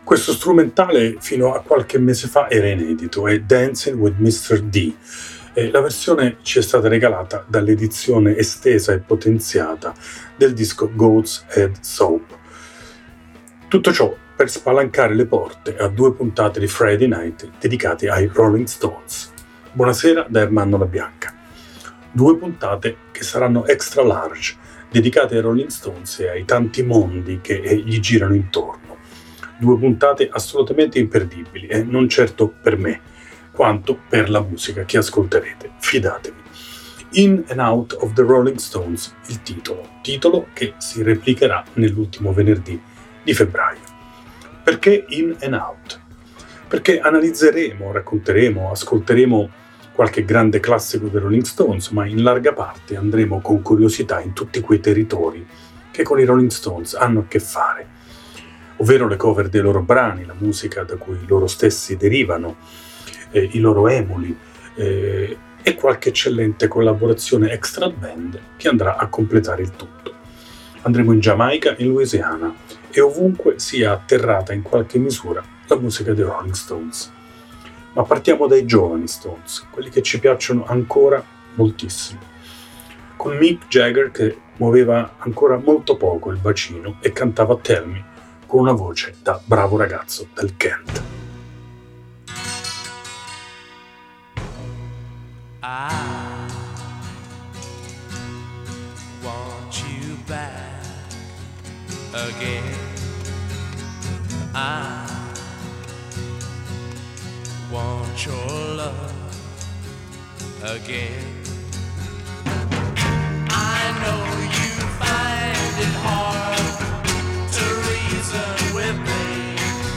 Questo strumentale fino a qualche mese fa era inedito, è Dancing with Mr. D. La versione ci è stata regalata dall'edizione estesa e potenziata del disco Goat's Head Soap. Tutto ciò per spalancare le porte a 2 puntate di Friday Night dedicate ai Rolling Stones. Buonasera da Ermanno La Bianca. 2 puntate che saranno extra large, dedicate ai Rolling Stones e ai tanti mondi che gli girano intorno. 2 puntate assolutamente imperdibili e non certo per me, quanto per la musica che ascolterete, fidatevi. In and Out of the Rolling Stones, il titolo che si replicherà nell'ultimo venerdì di febbraio. Perché In and Out? Perché analizzeremo, racconteremo, ascolteremo qualche grande classico dei Rolling Stones, ma in larga parte andremo con curiosità in tutti quei territori che con i Rolling Stones hanno a che fare, ovvero le cover dei loro brani, la musica da cui loro stessi derivano, i loro emuli e qualche eccellente collaborazione extra band che andrà a completare il tutto. Andremo in Giamaica, in Louisiana e ovunque sia atterrata in qualche misura la musica dei Rolling Stones. Ma partiamo dai giovani Stones, quelli che ci piacciono ancora moltissimo, con Mick Jagger che muoveva ancora molto poco il bacino e cantava Tell Me con una voce da bravo ragazzo del Kent. I want you back again. I want your love again. I know you find it hard to reason with me,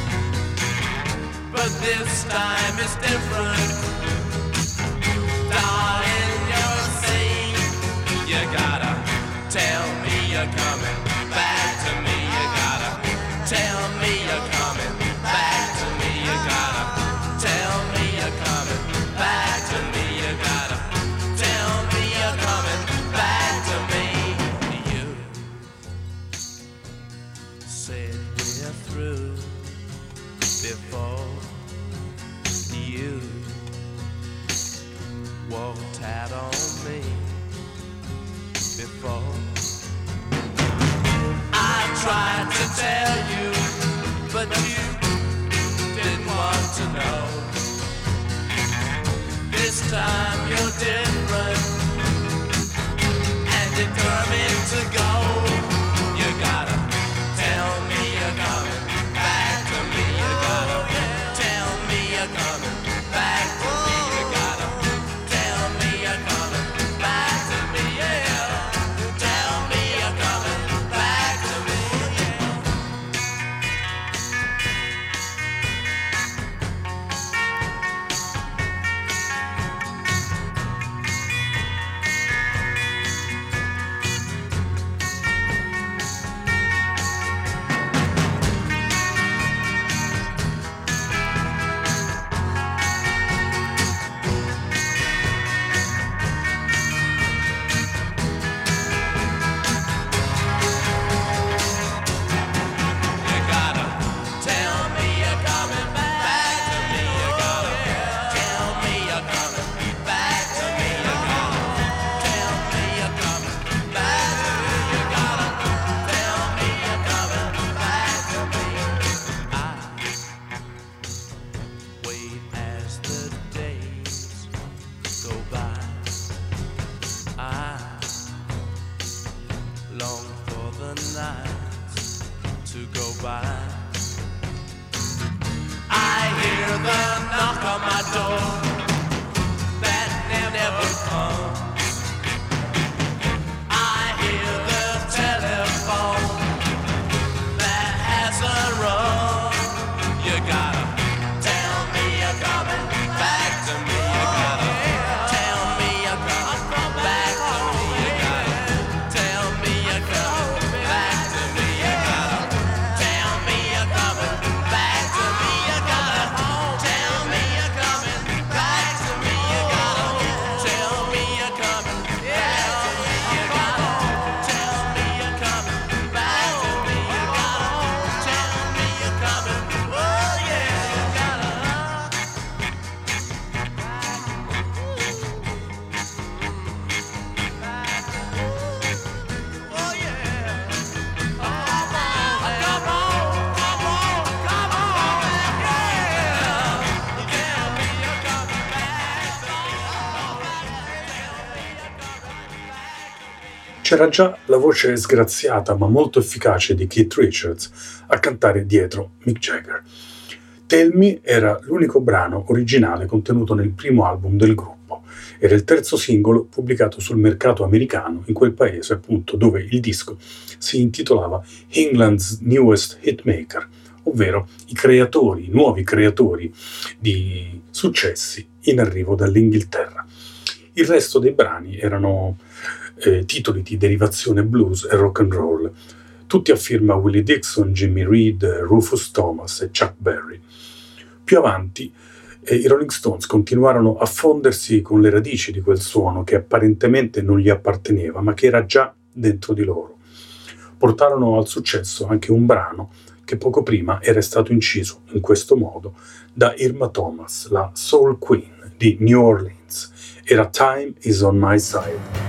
but this time is different. Darling, you're saying you gotta tell me you're coming back to me. You gotta tell me you're coming back to me. You gotta tell me you're coming back to me. You gotta tell me you're coming back to me. You said we're through before you walked out on me before. I tried to tell you, but you didn't want to know. This time you're different, and determined to go. You gotta tell me you're coming back to me. You gotta tell me you're coming back to me. You gotta tell me you're coming back to me. Yeah, tell me you're coming back to me. Back C'era già la voce sgraziata ma molto efficace di Keith Richards a cantare dietro Mick Jagger. Tell Me era l'unico brano originale contenuto nel primo album del gruppo. Era il terzo singolo pubblicato sul mercato americano, in quel paese appunto dove il disco si intitolava England's Newest Hitmaker, ovvero i nuovi creatori di successi in arrivo dall'Inghilterra. Il resto dei brani erano titoli di derivazione blues e rock and roll, tutti a firma Willie Dixon, Jimmy Reed, Rufus Thomas e Chuck Berry. Più avanti i Rolling Stones continuarono a fondersi con le radici di quel suono che apparentemente non gli apparteneva, ma che era già dentro di loro. Portarono al successo anche un brano che poco prima era stato inciso in questo modo da Irma Thomas, la Soul Queen di New Orleans. Era Time Is On My Side.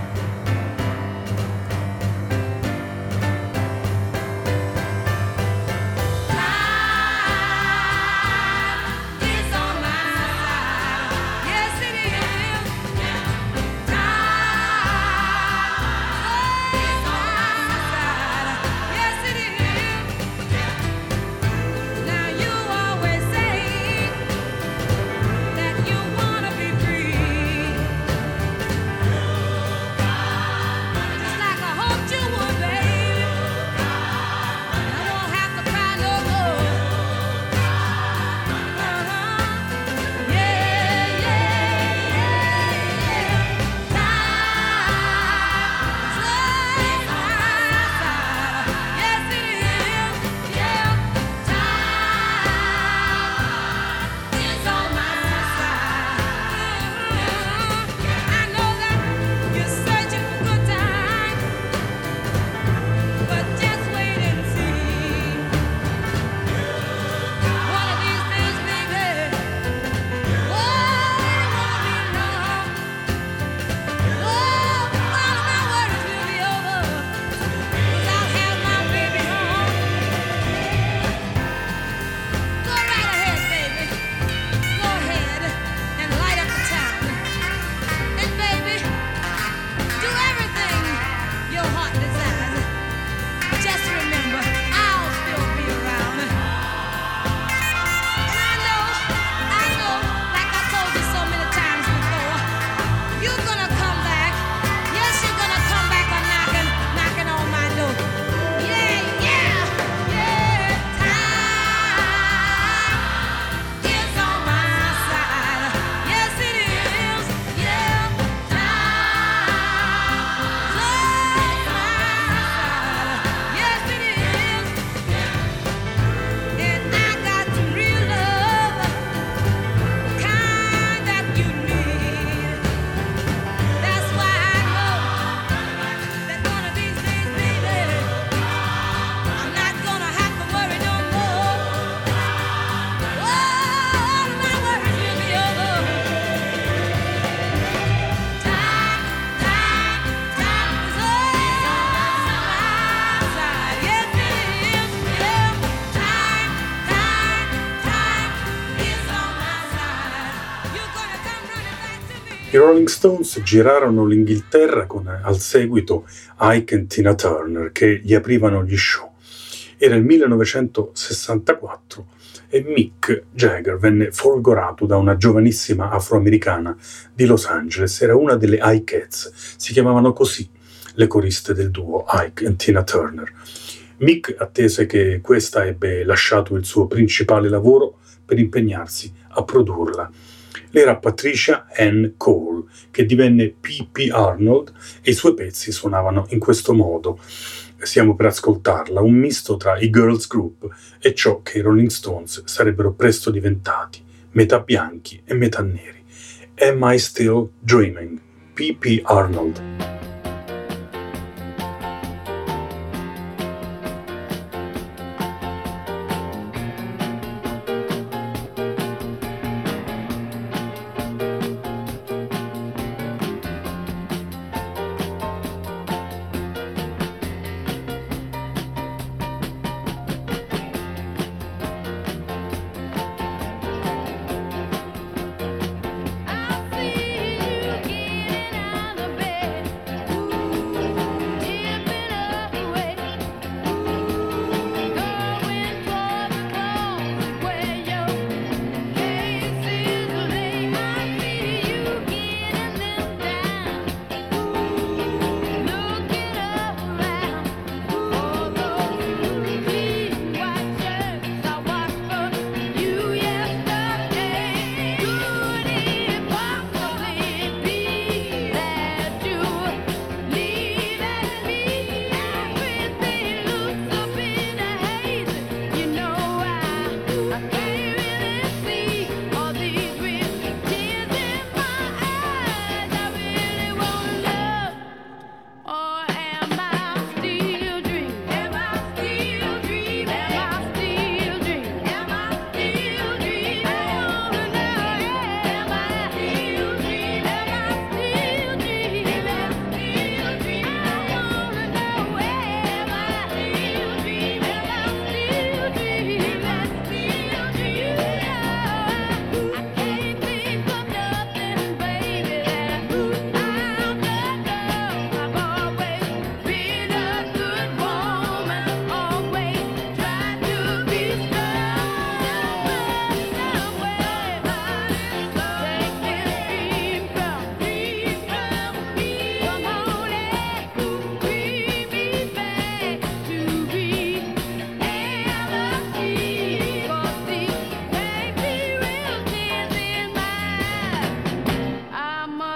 I Rolling Stones girarono l'Inghilterra con al seguito Ike e Tina Turner che gli aprivano gli show. Era il 1964 e Mick Jagger venne folgorato da una giovanissima afroamericana di Los Angeles. Era una delle Ikeettes, si chiamavano così le coriste del duo Ike e Tina Turner. Mick attese che questa ebbe lasciato il suo principale lavoro per impegnarsi a produrla. Era Patricia Ann Cole, che divenne P.P. Arnold, e i suoi pezzi suonavano in questo modo. Stiamo per ascoltarla, un misto tra i girls group e ciò che i Rolling Stones sarebbero presto diventati, metà bianchi e metà neri. Am I Still Dreaming? P.P. Arnold. I feel you getting out of bed.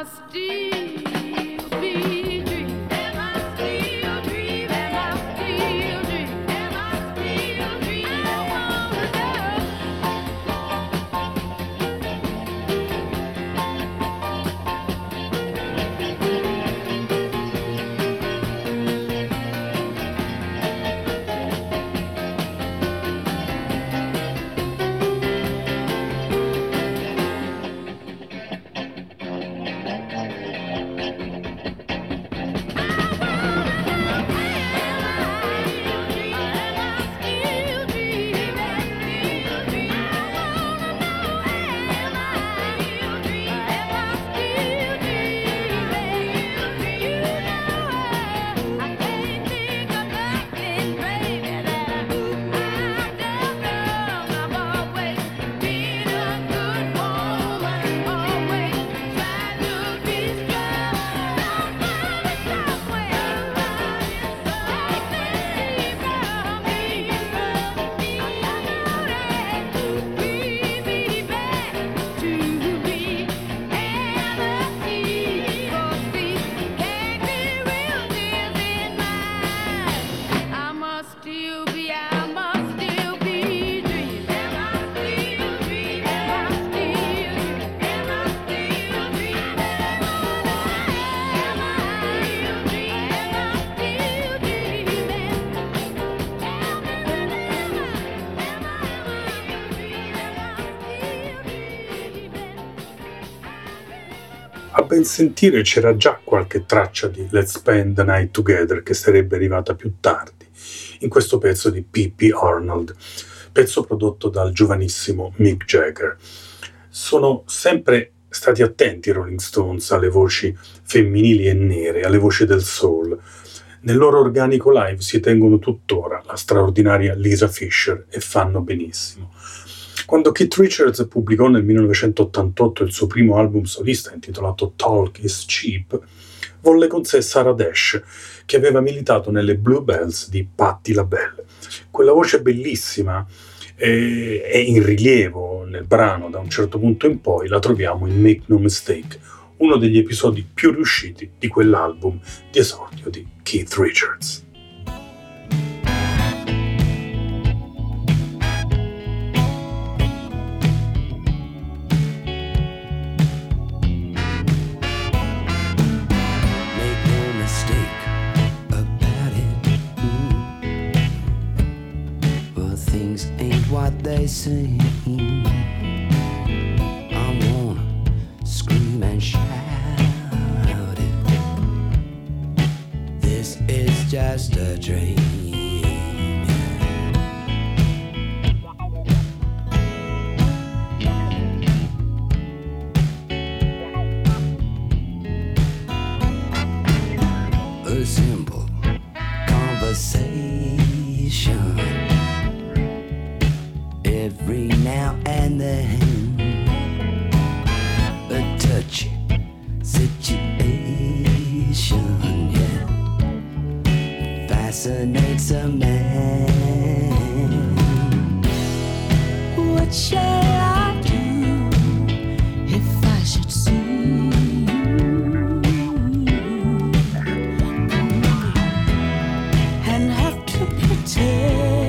A ben sentire c'era già qualche traccia di Let's Spend the Night Together che sarebbe arrivata più tardi, in questo pezzo di P.P. Arnold, pezzo prodotto dal giovanissimo Mick Jagger. Sono sempre stati attenti i Rolling Stones alle voci femminili e nere, alle voci del soul. Nel loro organico live si tengono tuttora la straordinaria Lisa Fischer e fanno benissimo. Quando Keith Richards pubblicò nel 1988 il suo primo album solista intitolato Talk is Cheap, volle con sé Sarah Dash, che aveva militato nelle Bluebells di Patti LaBelle. Quella voce bellissima è in rilievo nel brano da un certo punto in poi, la troviamo in Make No Mistake, uno degli episodi più riusciti di quell'album di esordio di Keith Richards. What they say, I wanna scream and shout it. This is just a dream. A simple conversation. Every now and then, a touchy situation, yeah, fascinates a man. What shall I do if I should see and have to pretend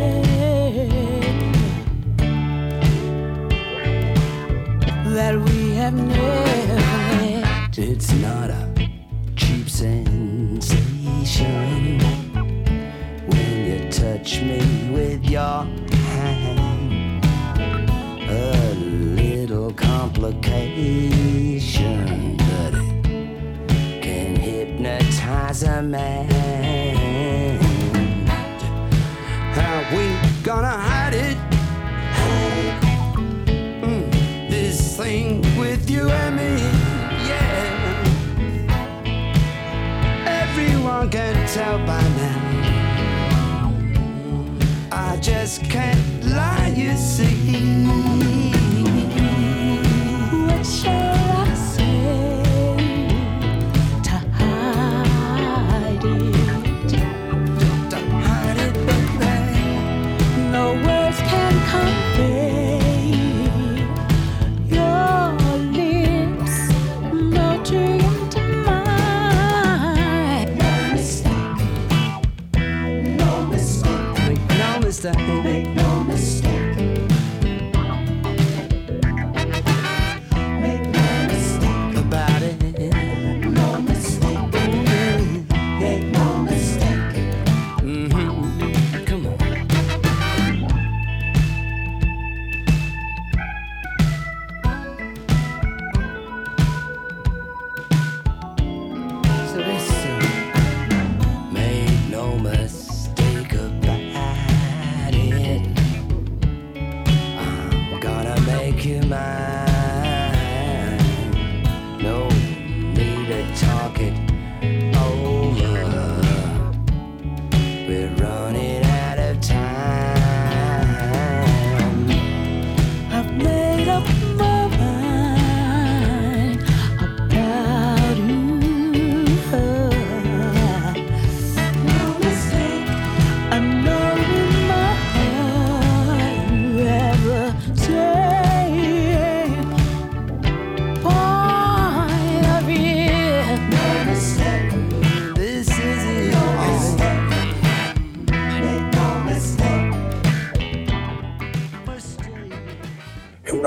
that we have never met? It's not a cheap sensation when you touch me with your hand. A little complication, but it can hypnotize a man. How we gonna hide it? Thing with you and me, yeah. Everyone can tell by now. I just can't lie, you see. What shall I say to hide it? To hide it, baby. No words can convey. Your lips, no dream.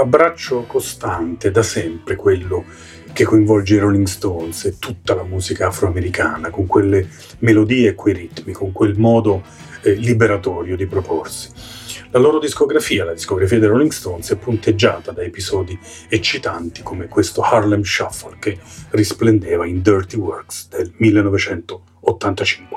abbraccio costante da sempre quello che coinvolge i Rolling Stones e tutta la musica afroamericana, con quelle melodie e quei ritmi, con quel modo liberatorio di proporsi. La loro discografia, la discografia dei Rolling Stones, è punteggiata da episodi eccitanti come questo Harlem Shuffle che risplendeva in Dirty Works del 1985.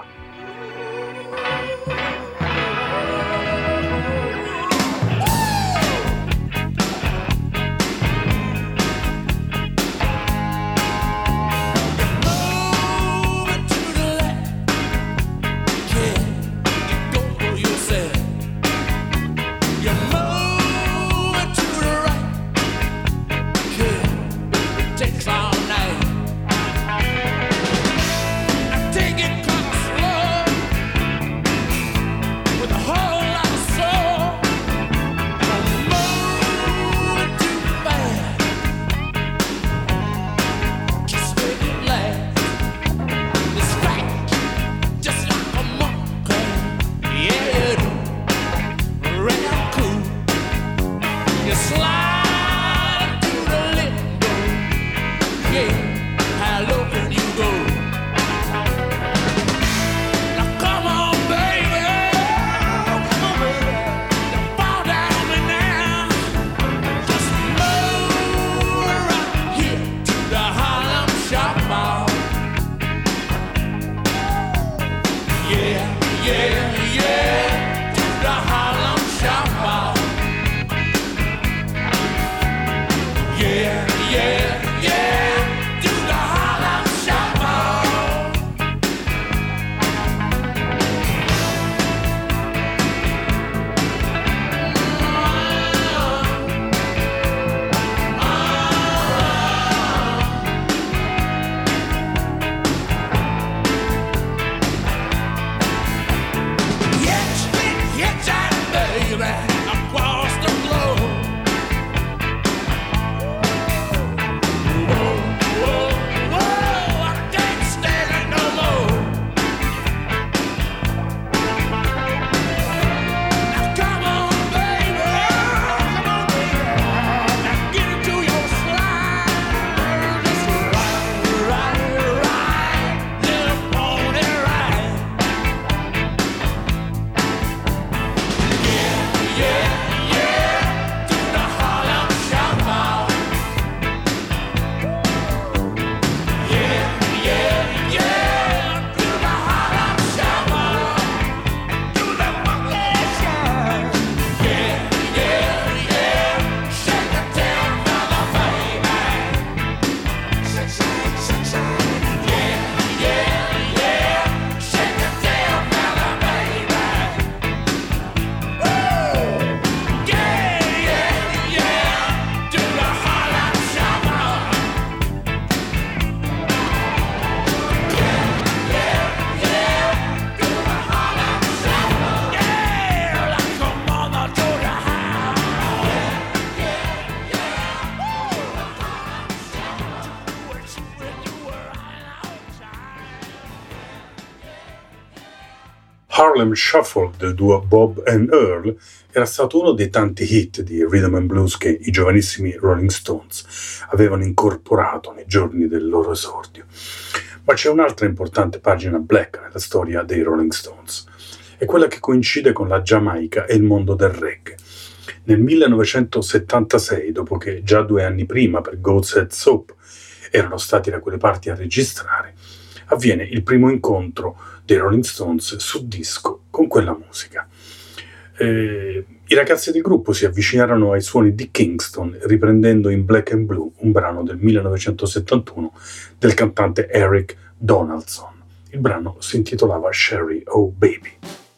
Harlem Shuffle del duo Bob and Earl era stato uno dei tanti hit di rhythm and blues che i giovanissimi Rolling Stones avevano incorporato nei giorni del loro esordio. Ma c'è un'altra importante pagina black nella storia dei Rolling Stones. È quella che coincide con la Giamaica e il mondo del reggae. Nel 1976, dopo che già 2 anni prima per Goat's Head Soap erano stati da quelle parti a registrare, avviene il primo incontro dei Rolling Stones su disco con quella musica. I ragazzi del gruppo si avvicinarono ai suoni di Kingston riprendendo in Black and Blue un brano del 1971 del cantante Eric Donaldson. Il brano si intitolava Sherry Oh Baby.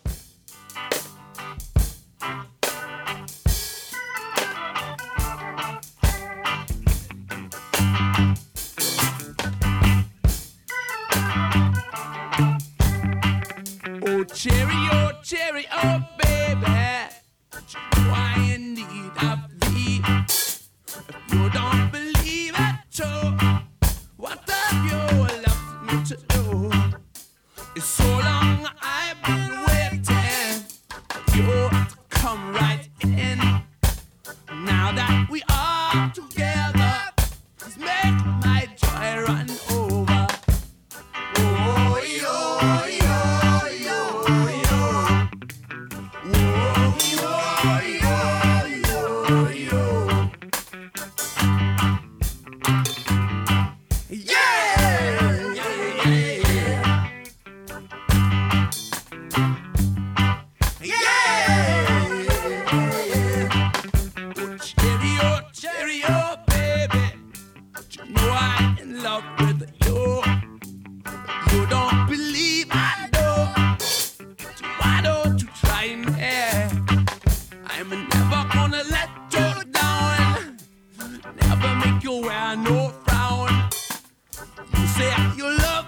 Cherry, oh baby, why in need of thee? If you don't believe it, so what have you left me to do? It's so long I've been waiting for you to come right in. Now that we are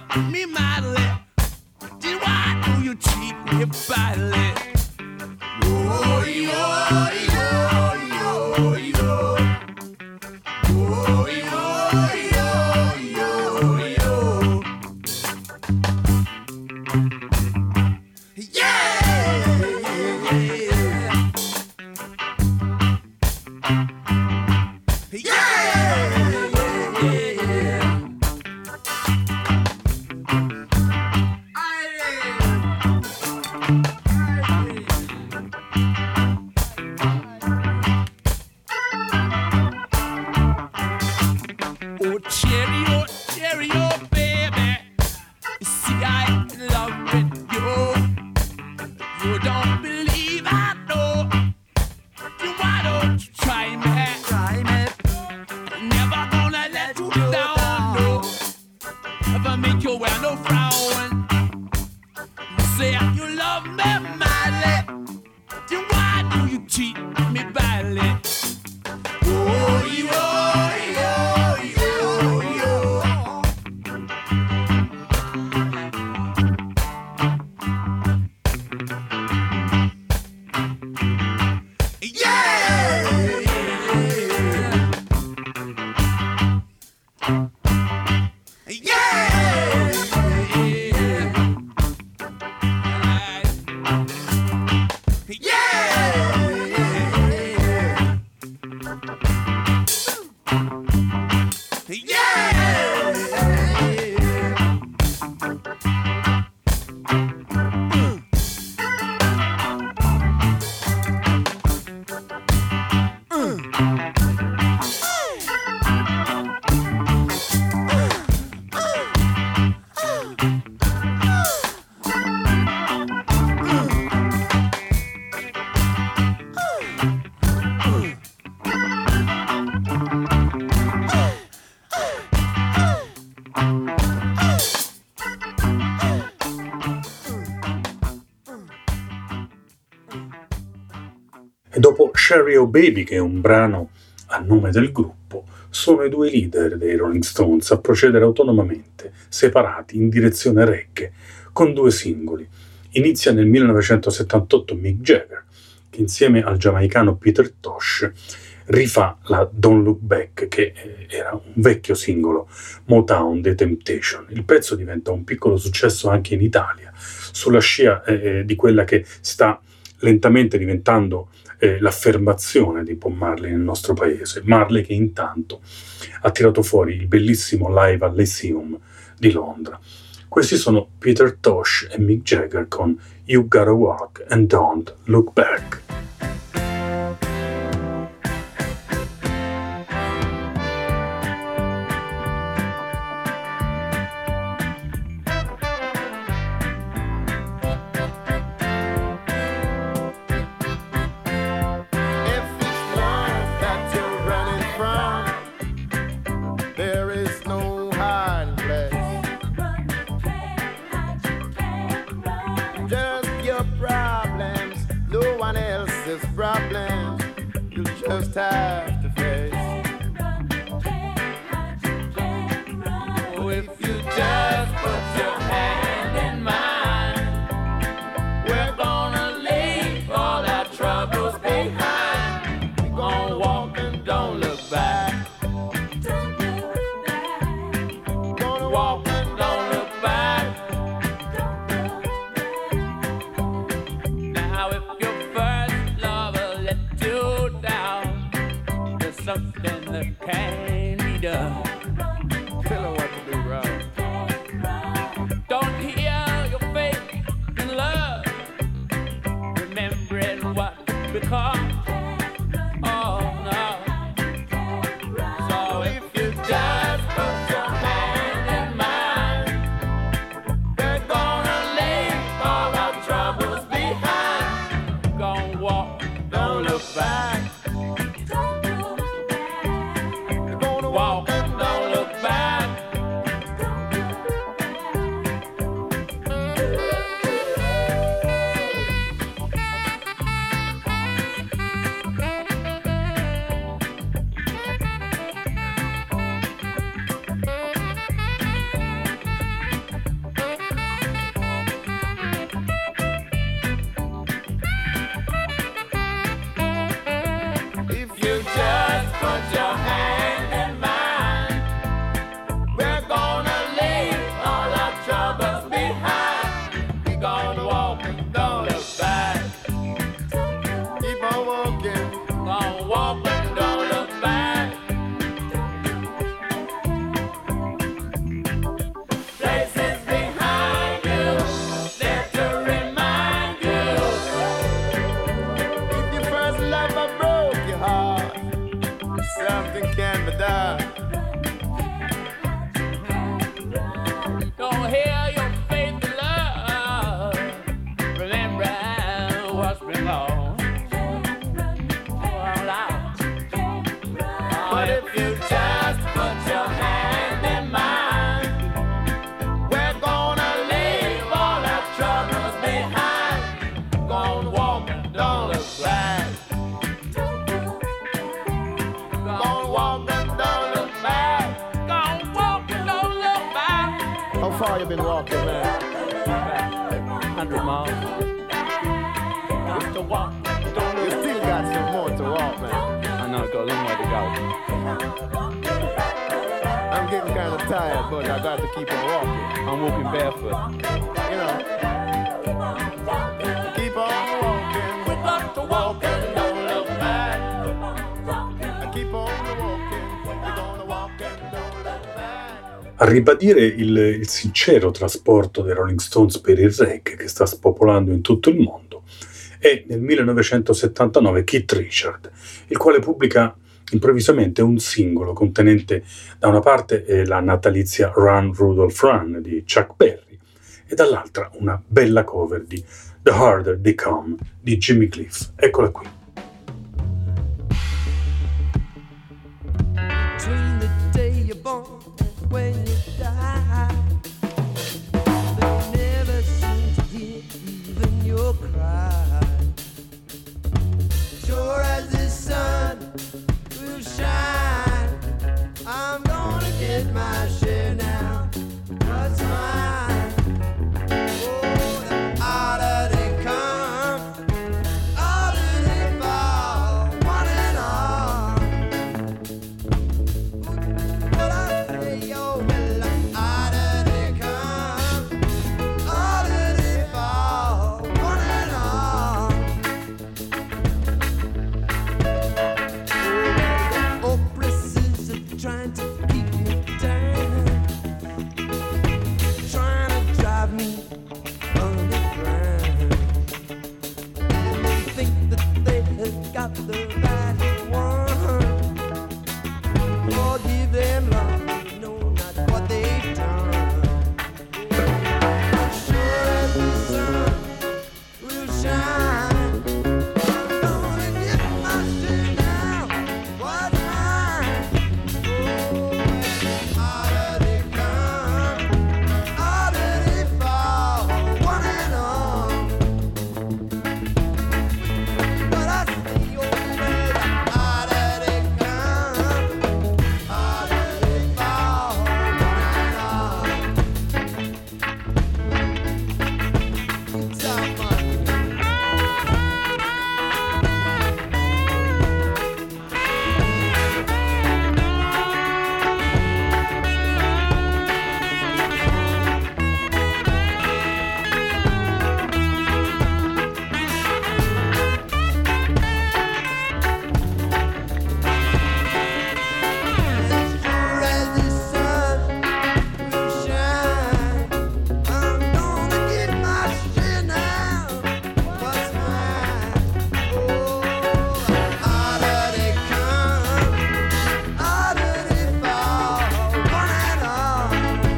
me madly? Then why do you treat me badly? Oh, yo, yo, yo, yo. Oh, yo, yo, yo, yo. Oh, cheerio, cheerio, baby. You see, I love with you. You don't believe I know. Then why don't you try me? Try me. Never gonna let you down, no. Never make you wear no frown. You say you love me madly. Then why do you treat me badly? Oh, yo, yo, yo, yo. E dopo Sherry O' Baby, che è un brano a nome del gruppo, sono i due leader dei Rolling Stones a procedere autonomamente, separati, in direzione reggae, con due singoli. Inizia nel 1978 Mick Jagger, che insieme al giamaicano Peter Tosh rifà la Don't Look Back, che era un vecchio singolo Motown dei Temptation. Il pezzo diventa un piccolo successo anche in Italia, sulla scia di quella che sta lentamente diventando l'affermazione di Bob Marley nel nostro paese. Marley che intanto ha tirato fuori il bellissimo Live al Lyceum di Londra. Questi sono Peter Tosh e Mick Jagger con You Gotta Walk and Don't Look Back. Problems you just have to face. Oh, if you just put your hand in mine, we're gonna leave all our troubles behind. We're gonna walk and don't look back. Don't look back. Gonna walk and don't look back. Don't look back. Now if your first lover let you down, you been walking, man? About 100 miles. Just to walk. You still got some more to walk, man. I know, got a long way to go. I'm getting kind of tired, but I got to keep on walking. I'm walking barefoot. You know. Keep on walking. We got to walk and don't look back. Keep on walking. We're gonna walk and don't look back. A ribadire il sincero trasporto dei Rolling Stones per il reggae che sta spopolando in tutto il mondo è nel 1979 Keith Richards, il quale pubblica improvvisamente un singolo contenente da una parte la natalizia Run Rudolph Run di Chuck Berry e dall'altra una bella cover di The Harder They Come di Jimmy Cliff. Eccola qui. Between the day you're born and when you die, they never seem to hear even your cry. Sure as the sun will shine, I'm gonna get my share now. What's mine? Oh, the harder they come, harder they fall, one and all. But I say, oh, well, the harder they come, harder they fall, one and all. Oh, the oppressors are trying to keep me down, trying to drive me underground. And they think that they have got the right one. Forgive them, Lord, they know not what they've done. Sure as the sun will shine, I'm gonna get my share now. What's mine? Oh, harder they come, harder they fall, one and all. But I say, oh, well, the harder they come, harder they fall, one and all. It's our money. As sure as the sun will shine, I'm gonna get my share now. What's mine? Oh, harder they come, harder they fall, one and all.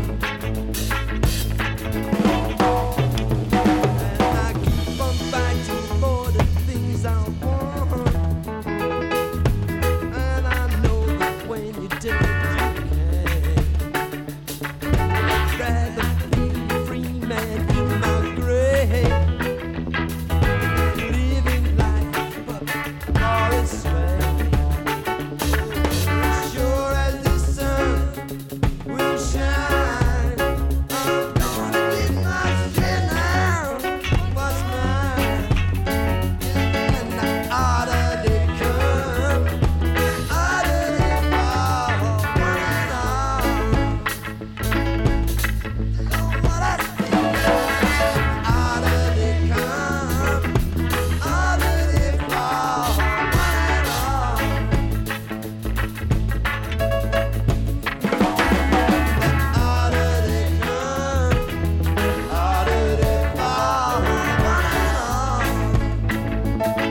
And I keep on fighting for the things I want. And I know that when you take it, you can. I'd rather be a free man in my grave, living life but for a slave. Sure as the sun will shine, I'm gonna get my share now. What's mine? And the harder they come, harder they fall, one and all. Know what I say? Harder they come, harder they fall, one and all. Harder they come, harder they fall, one and all.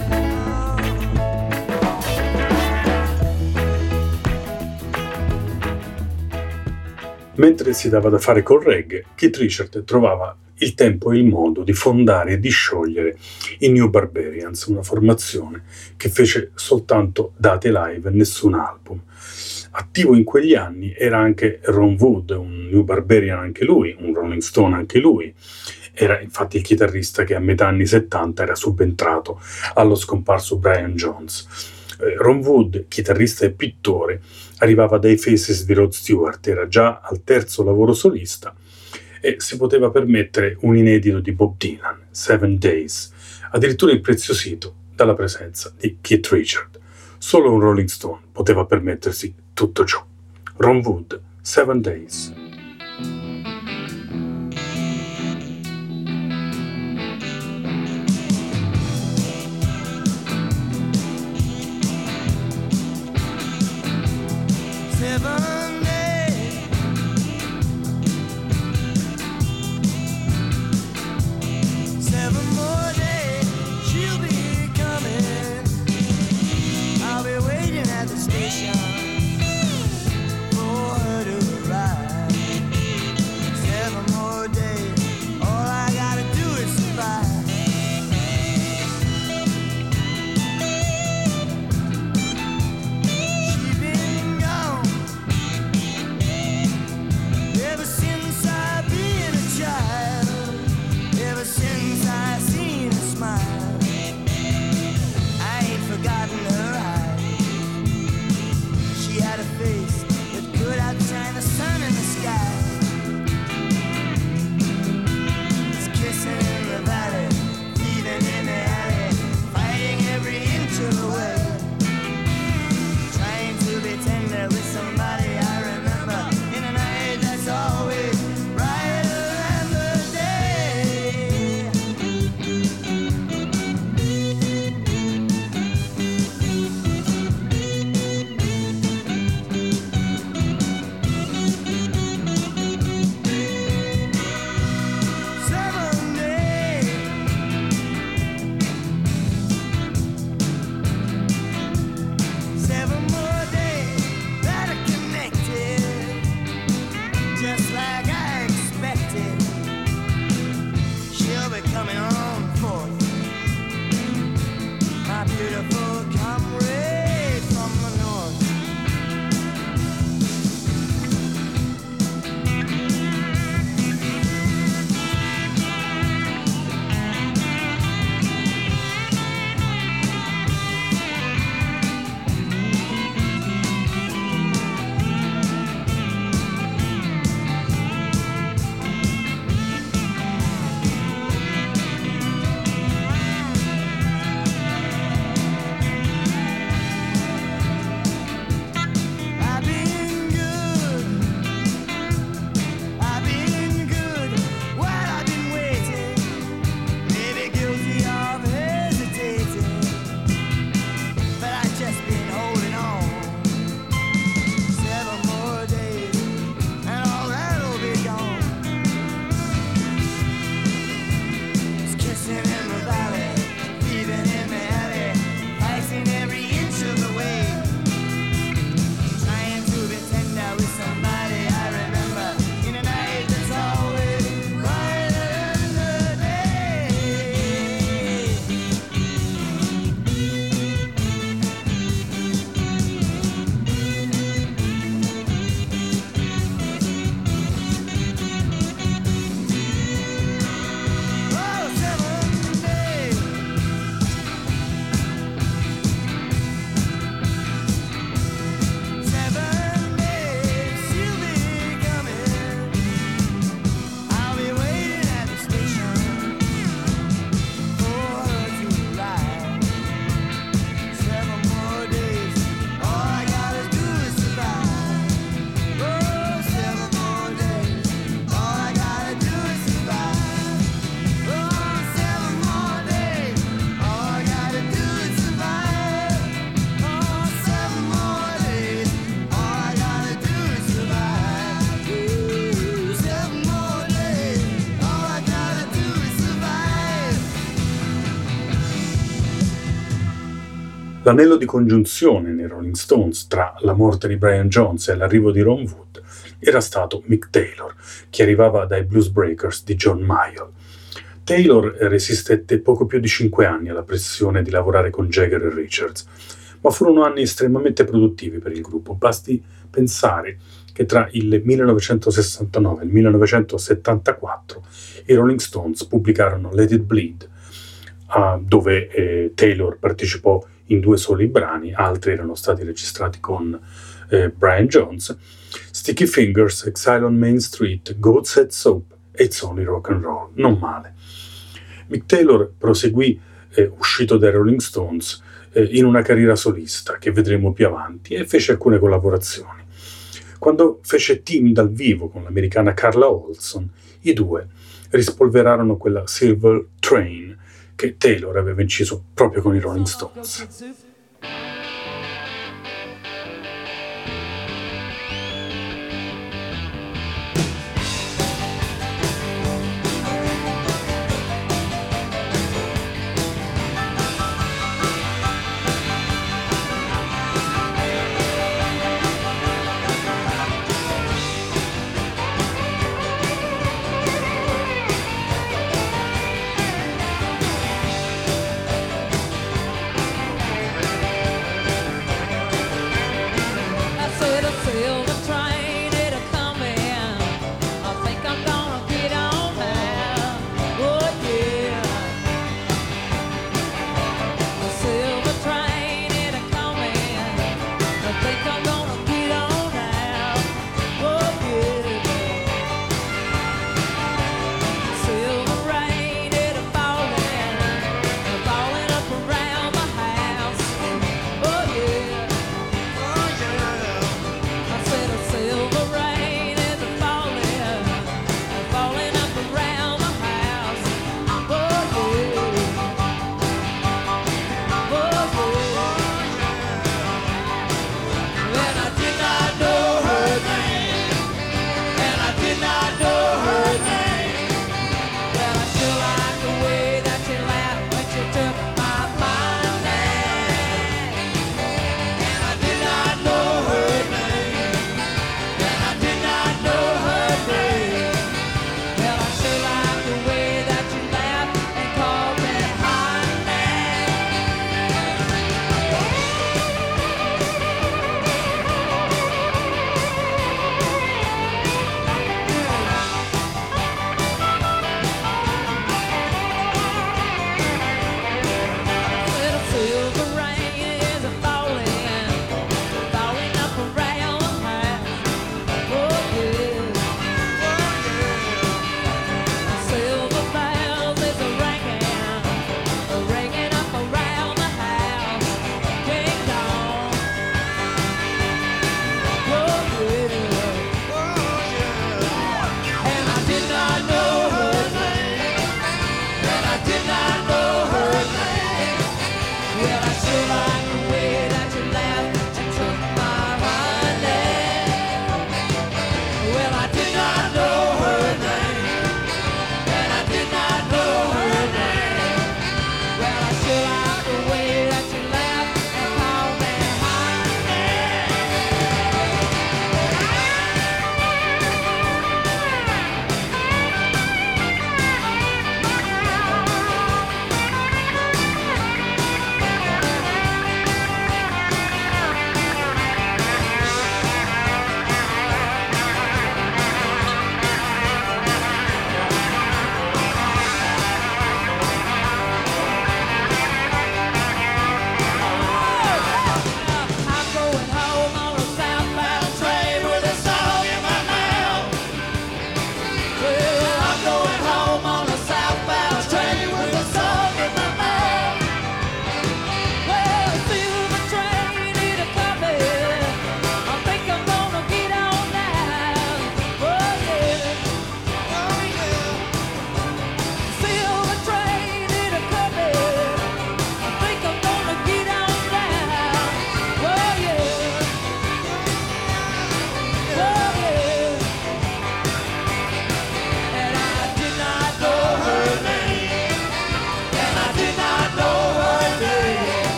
Mentre si dava da fare col reggae, Keith Richards trovava il tempo e il modo di fondare e di sciogliere i New Barbarians, una formazione che fece soltanto date live e nessun album. Attivo in quegli anni era anche Ron Wood, un New Barbarian anche lui, un Rolling Stone anche lui. Era infatti il chitarrista che a metà anni 70 era subentrato allo scomparso Brian Jones. Ron Wood, chitarrista e pittore, arrivava dai Faces di Rod Stewart, era già al terzo lavoro solista e si poteva permettere un inedito di Bob Dylan, 7 Days, addirittura impreziosito dalla presenza di Keith Richards. Solo un Rolling Stone poteva permettersi tutto ciò. Ron Wood, 7 Days. L'anello di congiunzione nei Rolling Stones tra la morte di Brian Jones e l'arrivo di Ron Wood era stato Mick Taylor, che arrivava dai Blues Breakers di John Mayall. Taylor resistette poco più di 5 anni alla pressione di lavorare con Jagger e Richards, ma furono anni estremamente produttivi per il gruppo. Basti pensare che tra il 1969 e il 1974 i Rolling Stones pubblicarono Let It Bleed, dove Taylor partecipò in 2 soli brani, altri erano stati registrati con Brian Jones, Sticky Fingers, Exile on Main Street, Goat's Head Soap It's Only Rock and Roll, non male. Mick Taylor proseguì, uscito dai Rolling Stones, in una carriera solista che vedremo più avanti, e fece alcune collaborazioni. Quando fece team dal vivo con l'americana Carla Olson, i due rispolverarono quella Silver Train che Taylor aveva inciso proprio con i Rolling Stones.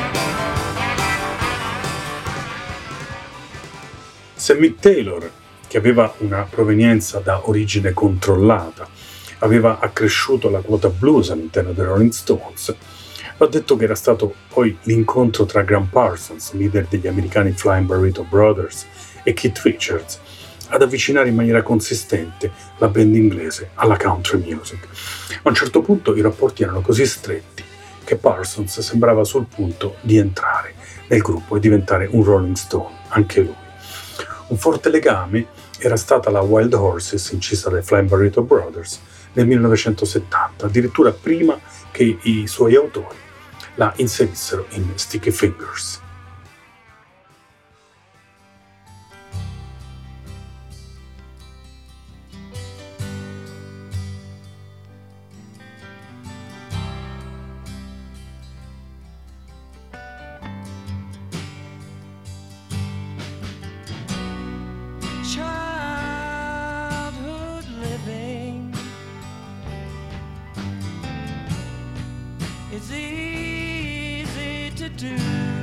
Se Mick Taylor, che aveva una provenienza da origine controllata, aveva accresciuto la quota blues all'interno dei Rolling Stones. Va detto che era stato poi l'incontro tra Gram Parsons, leader degli americani Flying Burrito Brothers, e Keith Richards ad avvicinare in maniera consistente la band inglese alla country music. A un certo punto i rapporti erano così stretti che Parsons sembrava sul punto di entrare nel gruppo e diventare un Rolling Stone, anche lui. Un forte legame era stata la Wild Horses, incisa dai Flying Burrito Brothers nel 1970, addirittura prima che i suoi autori la inserissero in Sticky Fingers. Childhood living is easy to do.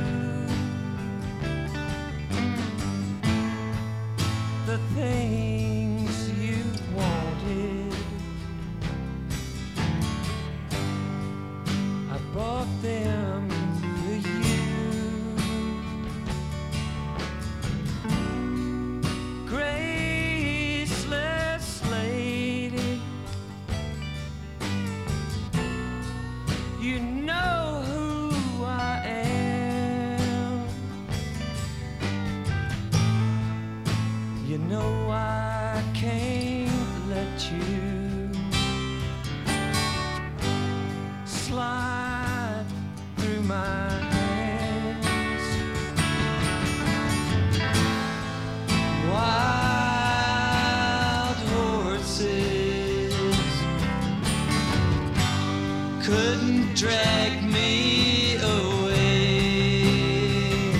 The things you wanted, I bought them for you. Graceless lady, you know who I am. You know I can't let you slide through my hands. Wild horses couldn't drag me away.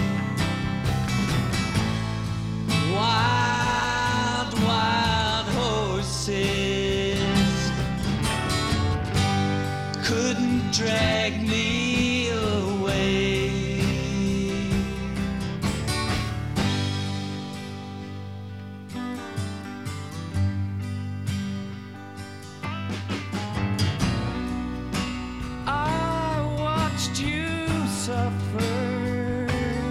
Wild, wild horses couldn't drag me away. I watched you suffer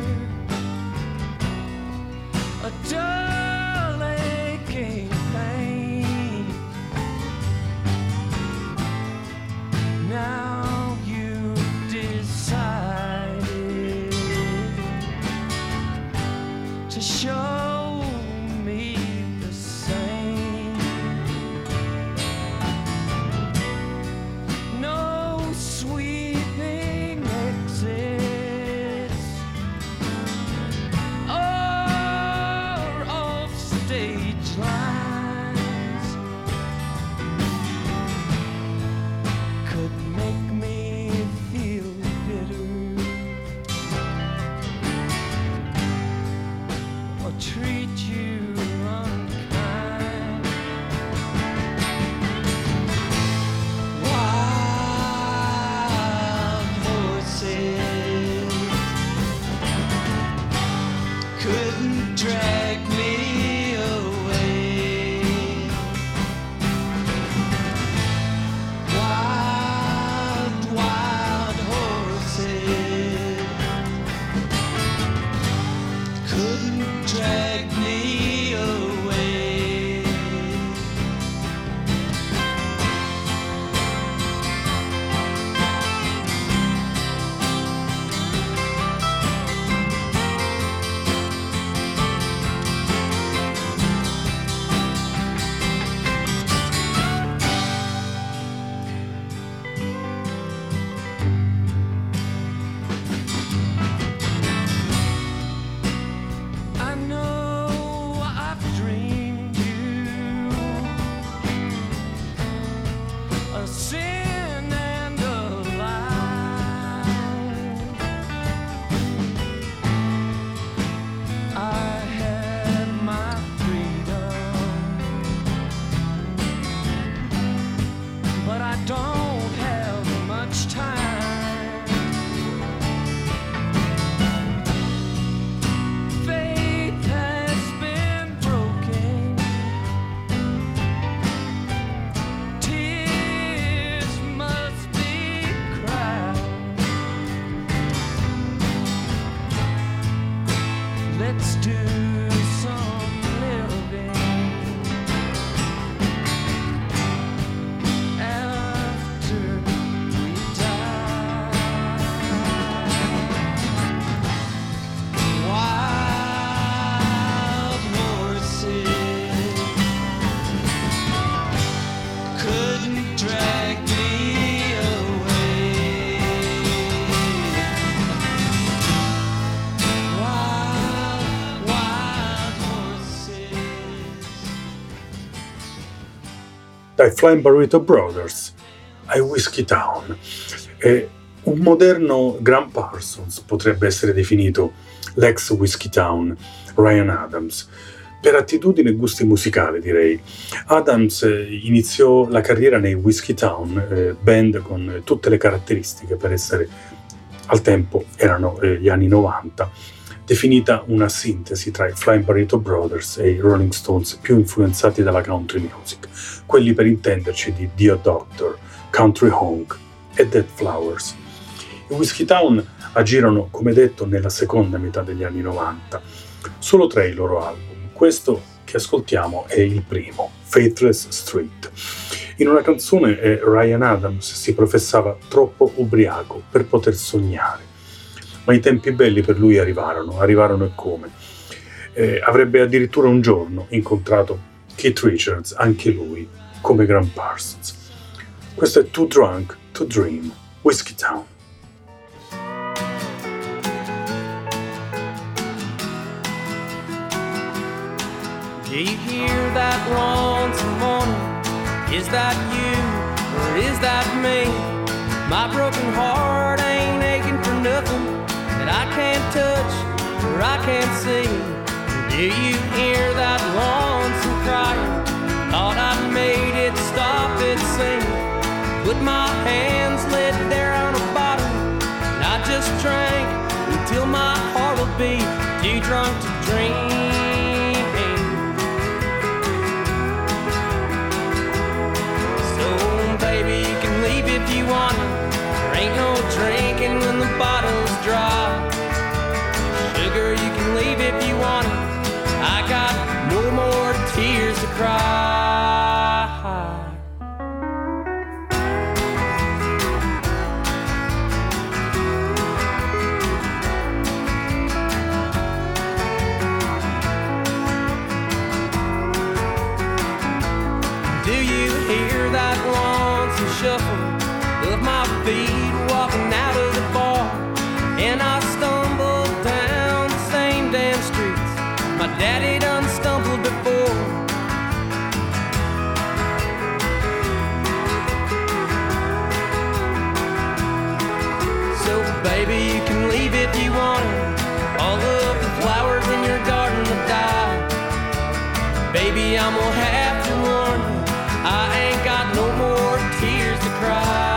a dull aching pain. Now you decided to show me the same. No sweeping exits or off stage lines could make me feel bitter or treat you unkind. Wild horses couldn't drag me away. Wild, wild horses couldn't drag me away. I know I've dreamed you a sin and a lie. I had my freedom, but I don't have much time. Faith has been broken dai Flying Burrito Brothers ai Whiskey Town. Un moderno Gram Parsons potrebbe essere definito l'ex Whiskey Town Ryan Adams, per attitudine e gusti musicali, direi. Adams iniziò la carriera nei Whiskey Town, band con tutte le caratteristiche per essere, al tempo erano gli anni 90, definita una sintesi tra i Flying Burrito Brothers e i Rolling Stones più influenzati dalla country music, quelli per intenderci di Dear Doctor, Country Honk e Dead Flowers. I Whiskey Town agirono, come detto, nella seconda metà degli anni 90. Solo 3 i loro album. Questo che ascoltiamo è il primo, Faithless Street. In una canzone Ryan Adams si professava troppo ubriaco per poter sognare. Ma i tempi belli per lui arrivarono e come. Avrebbe addirittura un giorno incontrato Keith Richards, anche lui, come Gram Parsons. Questo è Too Drunk to Dream, Whiskey Town. Do you hear that lonesome morning? Is that you or is that me? My broken heart ain't aching for nothing that I can't touch or I can't see. Do you hear that lonesome crying? Thought I made it stop it singing. Put my hands laid there on a bottle and I just drank until my heart will be too drunk to dream. Baby, you can leave if you want to. There ain't no drinking when the bottle's dry. Sugar, you can leave if you want to. I got no more tears to cry. Do you hear that lonesome shuffle of my feet walking out of the bar? And I stumbled down the same damn streets my daddy done stumbled before. So baby, you can leave if you want to. All of the flowers in your garden will die. Baby, I'm gonna have to warn you, I ain't got no more tears to cry.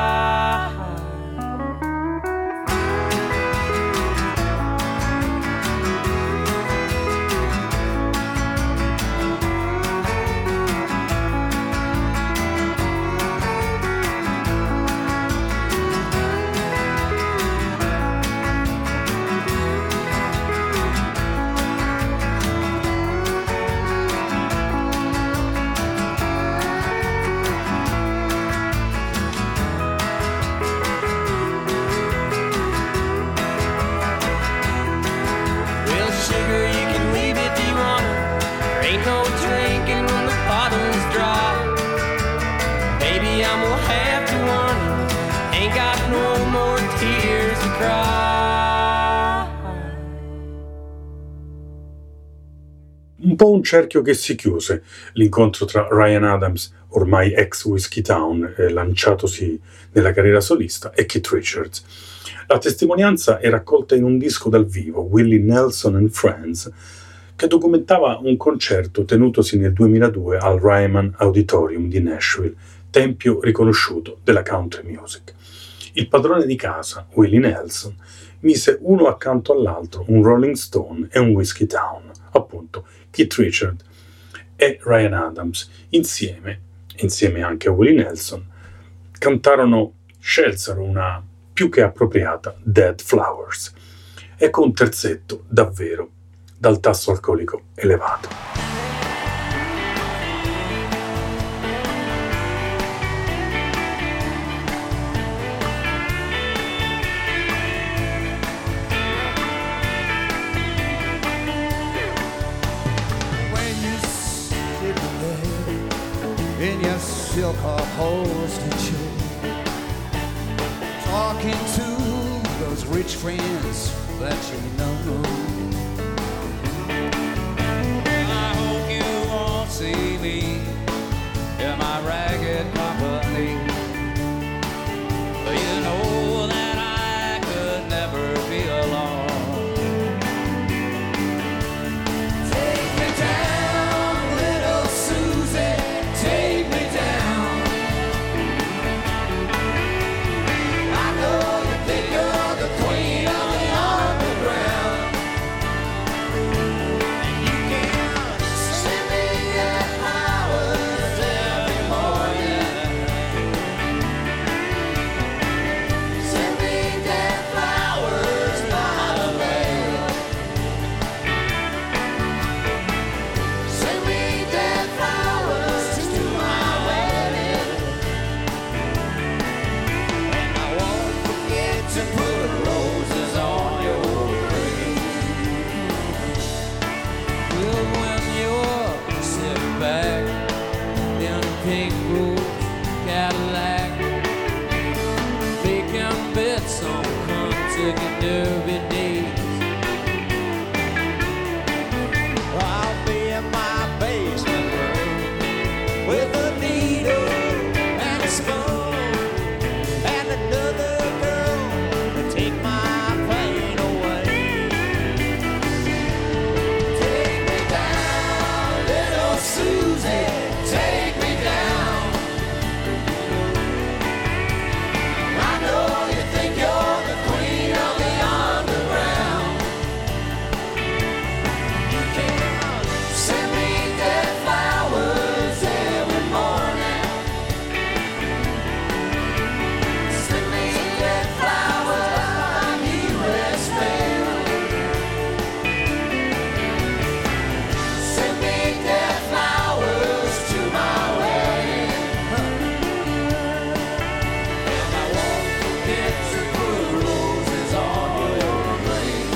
Un po' un cerchio che si chiuse, l'incontro tra Ryan Adams, ormai ex Whiskey Town, lanciatosi nella carriera solista, e Keith Richards. La testimonianza è raccolta in un disco dal vivo, Willie Nelson and Friends, che documentava un concerto tenutosi nel 2002 al Ryman Auditorium di Nashville, tempio riconosciuto della country music. Il padrone di casa, Willie Nelson, mise uno accanto all'altro un Rolling Stone e un Whiskey Town, appunto Keith Richards e Ryan Adams, insieme anche a Willie Nelson, scelsero una più che appropriata Dead Flowers, e con un terzetto davvero dal tasso alcolico elevato. In your silk upholstered chair, talking to those rich friends that you know. I hope you won't see me in my rose Cadillac, making bets on Kentucky Derby days. I'll be in my basement room with a needle and a spoon and another girl to take my pain away. Take me down, little Susie, take me down. I know you think you're the queen of the underground. You can send me dead flowers every morning. Send me dead flowers on U.S. mail. Send me dead flowers to my wedding. And I won't forget to put roses on your grave.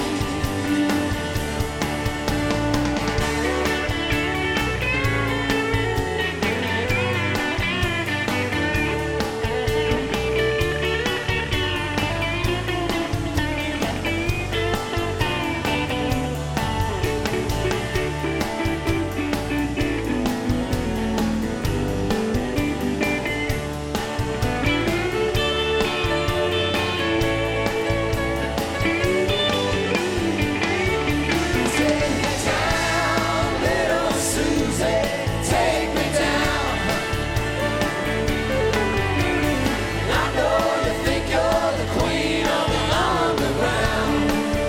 Take me down, little Susie, take me down. I know you think you're the queen of the underground.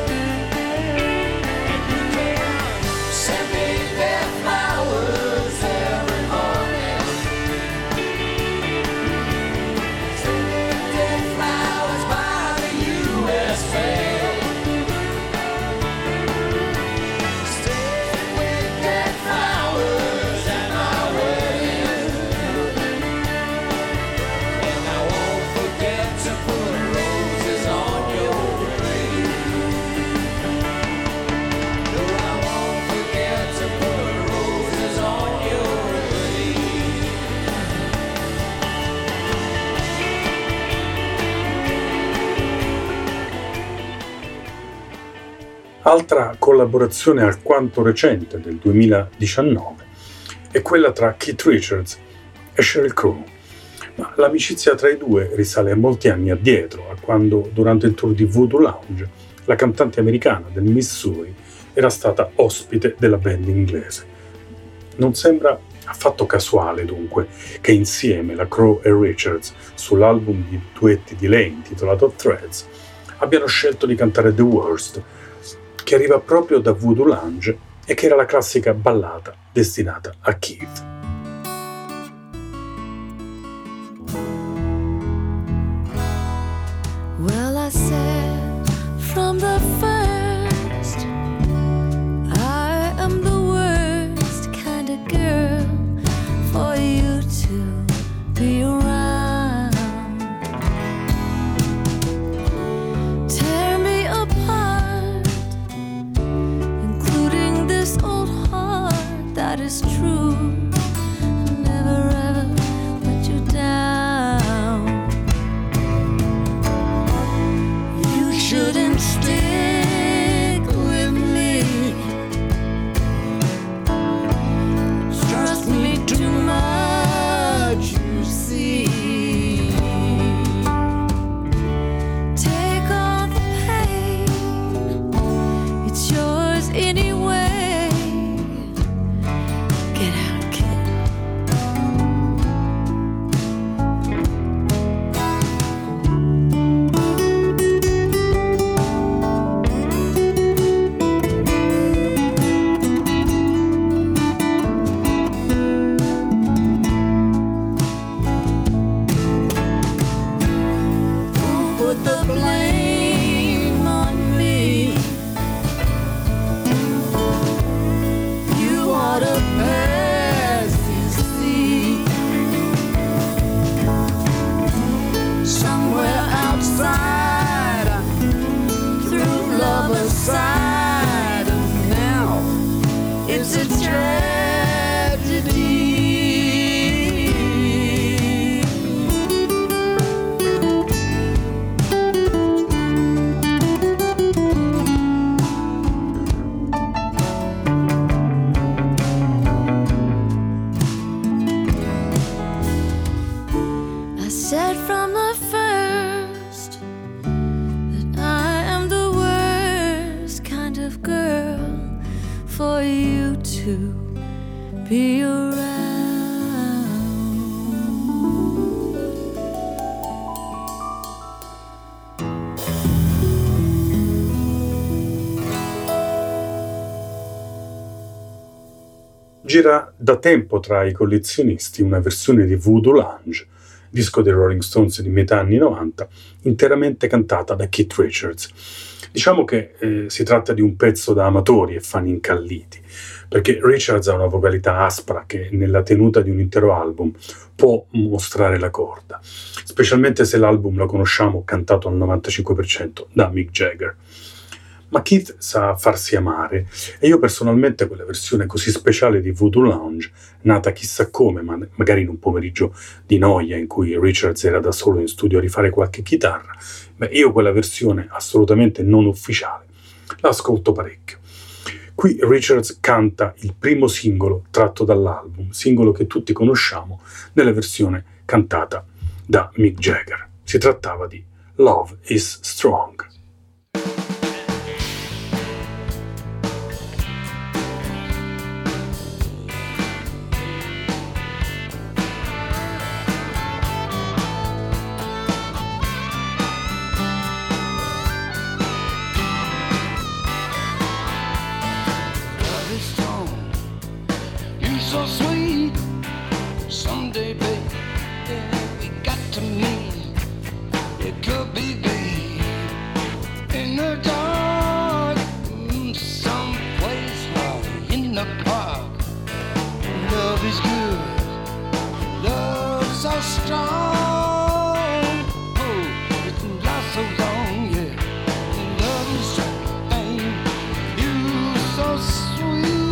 And you can send me dead flowers every morning. Send me dead flowers by the U.S. mail. Stay with dead flowers at my wedding. And I won't forget to put roses on your grave. No, I won't forget to put roses on your grave. Altra collaborazione alquanto recente del 2019 è quella tra Keith Richards e Sheryl Crow. Ma l'amicizia tra i due risale a molti anni addietro, a quando durante il tour di Voodoo Lounge la cantante americana del Missouri era stata ospite della band inglese. Non sembra affatto casuale dunque che insieme la Crow e Richards sull'album di duetti di lei intitolato Threads abbiano scelto di cantare The Worst, che arriva proprio da Voodoo Lounge e che era la classica ballata destinata a Keith. Well, I said from the first, I am the worst kind of girl for you to be around. Tear me apart, including this old heart that is true. Never ever let you down. You shouldn't stick with me. Trust me too much, you see. Take all the pain, it's yours anyway. Get out, kid. Don't put the blame on me. You ought to pass, you see. Somewhere outside, through love aside, and now it's a tragedy. said from the first that I am the worst kind of girl for you to be around. Gira da tempo tra i collezionisti una versione di Voodoo Lounge, disco dei Rolling Stones di metà anni 90, interamente cantata da Keith Richards. Diciamo che si tratta di un pezzo da amatori e fan incalliti, perché Richards ha una vocalità aspra che nella tenuta di un intero album può mostrare la corda, specialmente se l'album lo conosciamo cantato al 95% da Mick Jagger. Ma Keith sa farsi amare e io personalmente quella versione così speciale di Voodoo Lounge, nata chissà come, ma magari in un pomeriggio di noia in cui Richards era da solo in studio a rifare qualche chitarra, io quella versione assolutamente non ufficiale la ascolto parecchio. Qui Richards canta il primo singolo tratto dall'album, singolo che tutti conosciamo nella versione cantata da Mick Jagger. Si trattava di Love is Strong. So sweet, someday, babe, we got to meet. It could be, babe, in the dark, someplace in the park. Love is good, love so strong. Oh, it can last so long, yeah. Love is strong, you so sweet.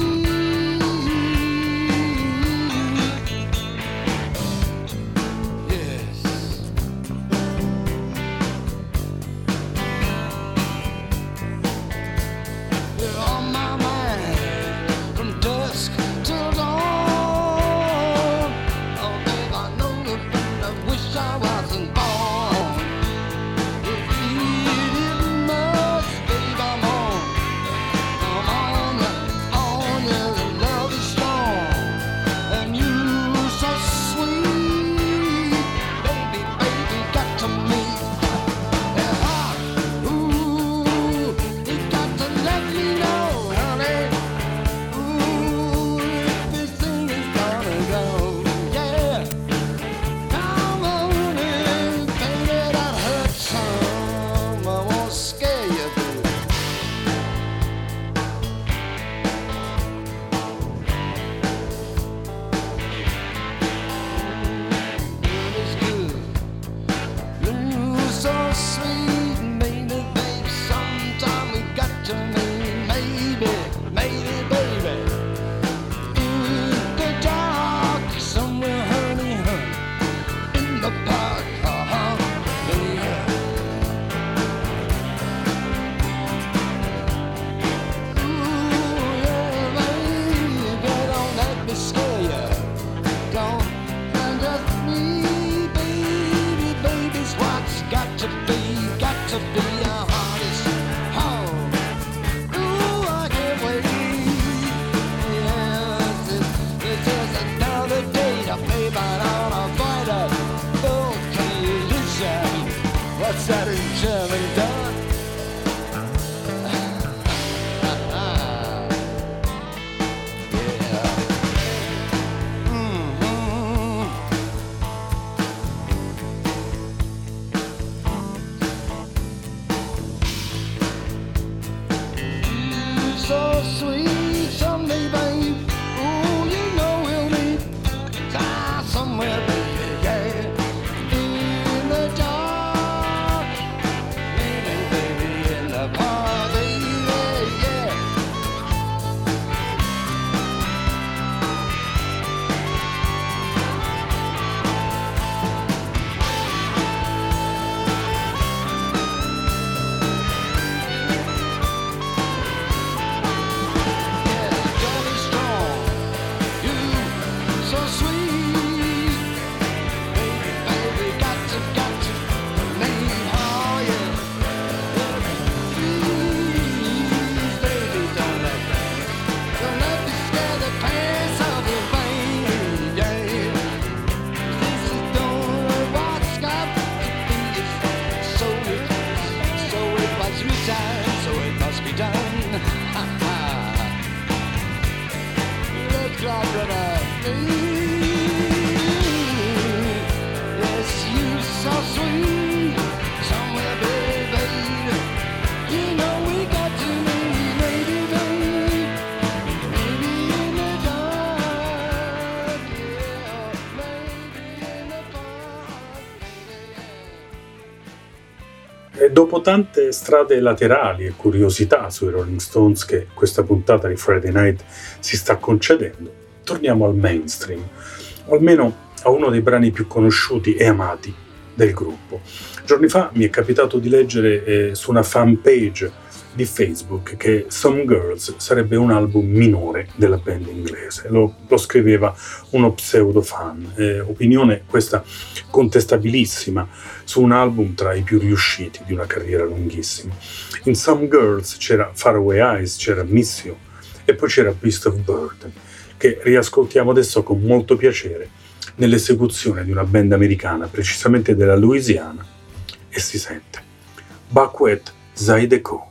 E dopo tante strade laterali e curiosità sui Rolling Stones che questa puntata di Friday Night si sta concedendo, torniamo al mainstream, o almeno a uno dei brani più conosciuti e amati del gruppo. Giorni fa mi è capitato di leggere su una fan page di Facebook che Some Girls sarebbe un album minore della band inglese. Lo scriveva uno pseudo fan, opinione questa contestabilissima su un album tra i più riusciti di una carriera lunghissima. In Some Girls c'era Faraway Eyes, c'era Miss You e poi c'era Beast of Burden, che riascoltiamo adesso con molto piacere nell'esecuzione di una band americana, precisamente della Louisiana, e si sente Buckwheat Zydeco.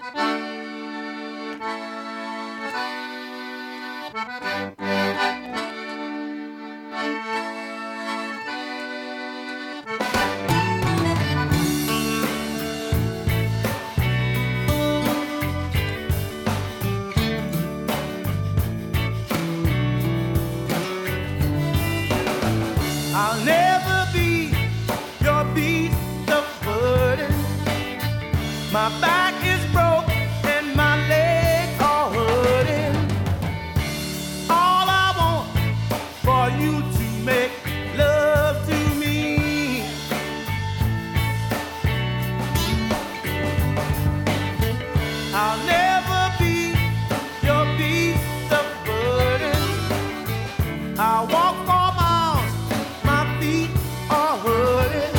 I'll never be your beast of burden. My back is broke and my legs are hurting. All I want for you to make love to me. I'll never be your beast of burden. I'll walk for miles, my feet are hurting.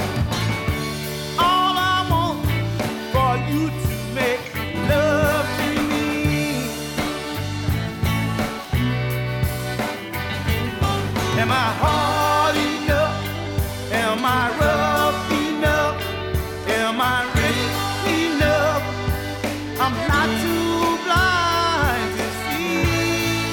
All I want for you to make love to me. Am I hard enough? Am I rough enough? Am I rich enough? I'm not too blind to see.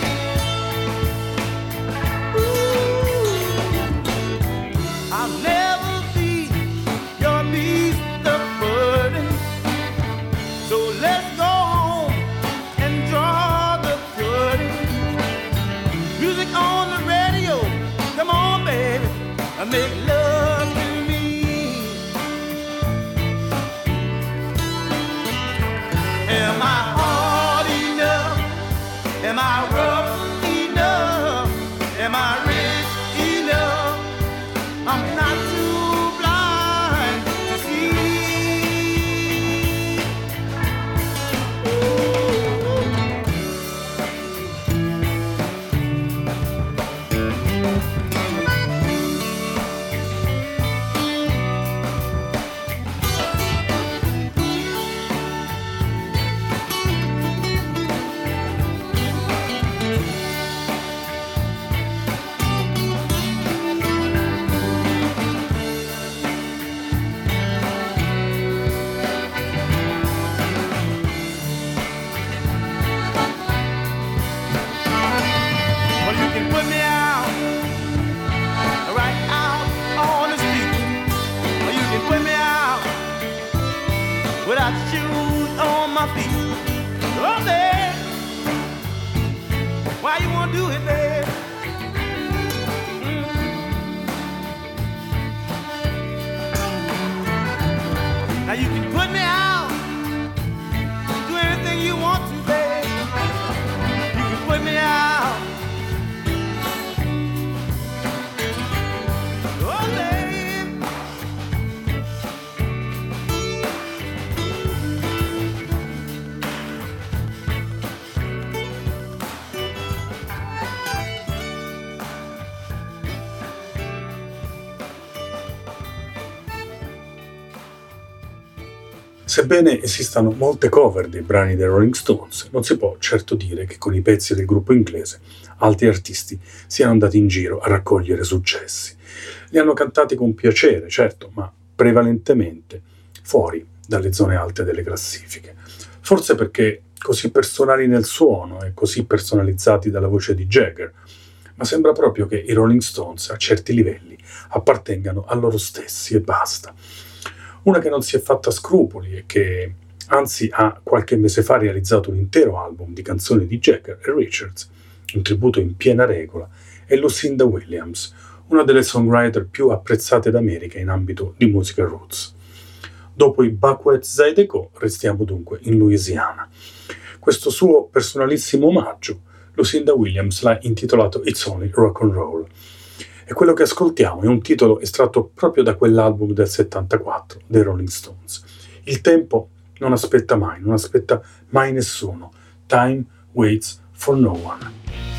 I'll never be your beast of burden. So let's go home and draw the curtain. Music on the radio, come on, baby, and make love to me. Am I hard enough? Am I rough enough? Am I rich enough? I'm not too blind to see. Well, you can put me out, right out on the street. Or you can put me out without shoes on my feet. Oh, babe, why you wanna do it, babe? Now you can put me out, do anything you want to, babe. You can put me out. Oh, babe. Sebbene esistano molte cover dei brani dei Rolling Stones, non si può certo dire che con i pezzi del gruppo inglese altri artisti siano andati in giro a raccogliere successi. Li hanno cantati con piacere, certo, ma prevalentemente fuori dalle zone alte delle classifiche. Forse perché così personali nel suono e così personalizzati dalla voce di Jagger, ma sembra proprio che i Rolling Stones a certi livelli appartengano a loro stessi e basta. Una che non si è fatta scrupoli e che anzi ha qualche mese fa realizzato un intero album di canzoni di Jagger e Richards, un tributo in piena regola, è Lucinda Williams, una delle songwriter più apprezzate d'America in ambito di musica roots. Dopo i Buckwheat Zydeco restiamo dunque in Louisiana. Questo suo personalissimo omaggio Lucinda Williams l'ha intitolato It's Only Rock and Roll. E quello che ascoltiamo è un titolo estratto proprio da quell'album del 74 dei Rolling Stones. Il tempo non aspetta mai nessuno. Time waits for no one.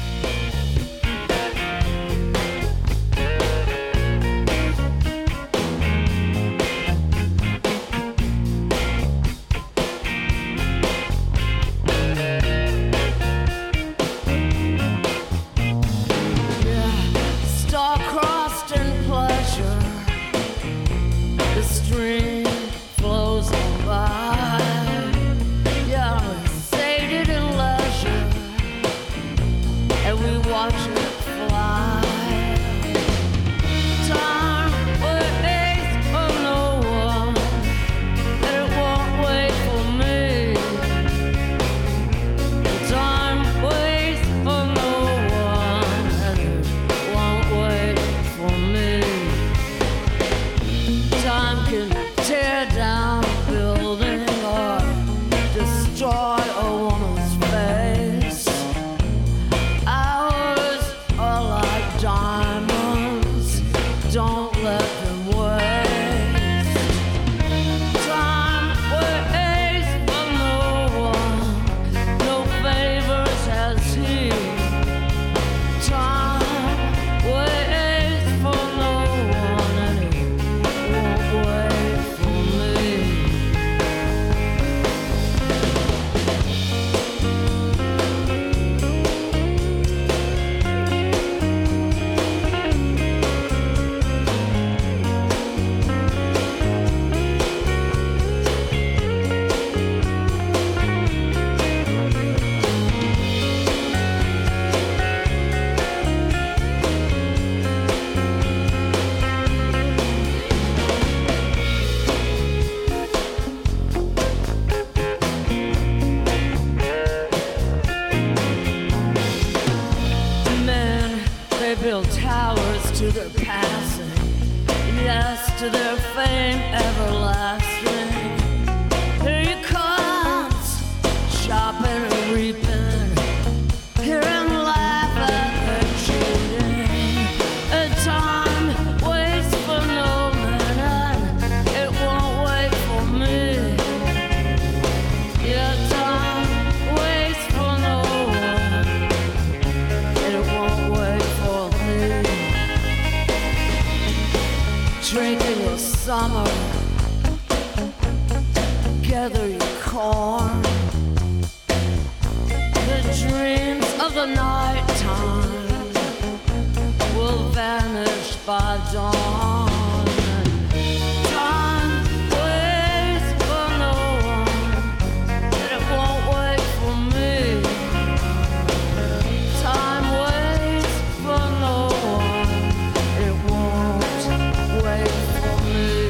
Star-crossed in pleasure, the stream flows on by. Yeah, sated in leisure, and we watch it fly. Time waits for no one, and it won't wait for me. Time waits for no one, and it won't wait for me. Time can tear down a building or destroy a woman's face. Hours are like diamonds, don't let them waste. Time waits for no one, no favors has he. Time waits for no one, and it won't wait for me. Men, they build towers to their passing, yes, to their fame everlasting. Here you comes, shopping and reaping, hearing laugh at their cheating. And time waits for no man, and it won't wait for me. Yeah, time waits for no one, and it won't wait for me. Drinking your summer, gather your corn. The dreams of the nighttime will vanish by dawn. Time waits for no one, and it won't wait for me. Time waits for no one, it won't wait for me.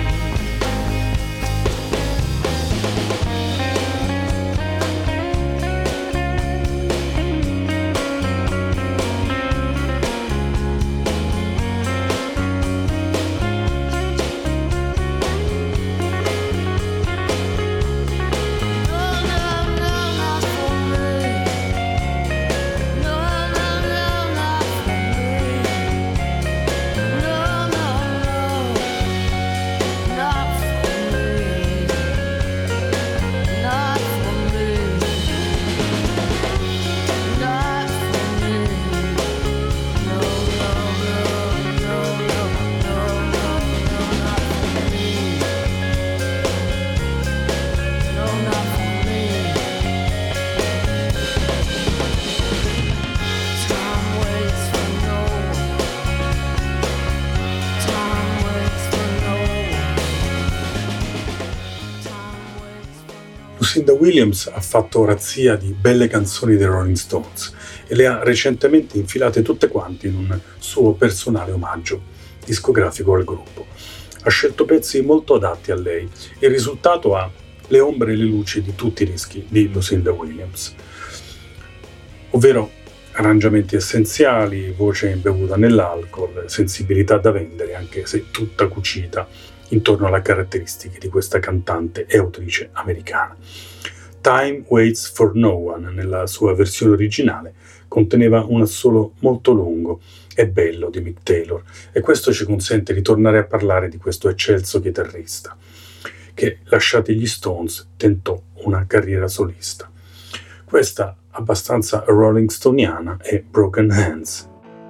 Lucinda Williams ha fatto razzia di belle canzoni dei Rolling Stones e le ha recentemente infilate tutte quante in un suo personale omaggio discografico al gruppo. Ha scelto pezzi molto adatti a lei e il risultato ha le ombre e le luci di tutti i dischi di Lucinda Williams, ovvero arrangiamenti essenziali, voce imbevuta nell'alcol, sensibilità da vendere anche se tutta cucita intorno alle caratteristiche di questa cantante e autrice americana. Time Waits for No One, nella sua versione originale, conteneva un assolo molto lungo e bello di Mick Taylor, e questo ci consente di tornare a parlare di questo eccelso chitarrista, che, lasciati gli Stones, tentò una carriera solista. Questa, abbastanza Rolling Stoniana, è Broken Hands.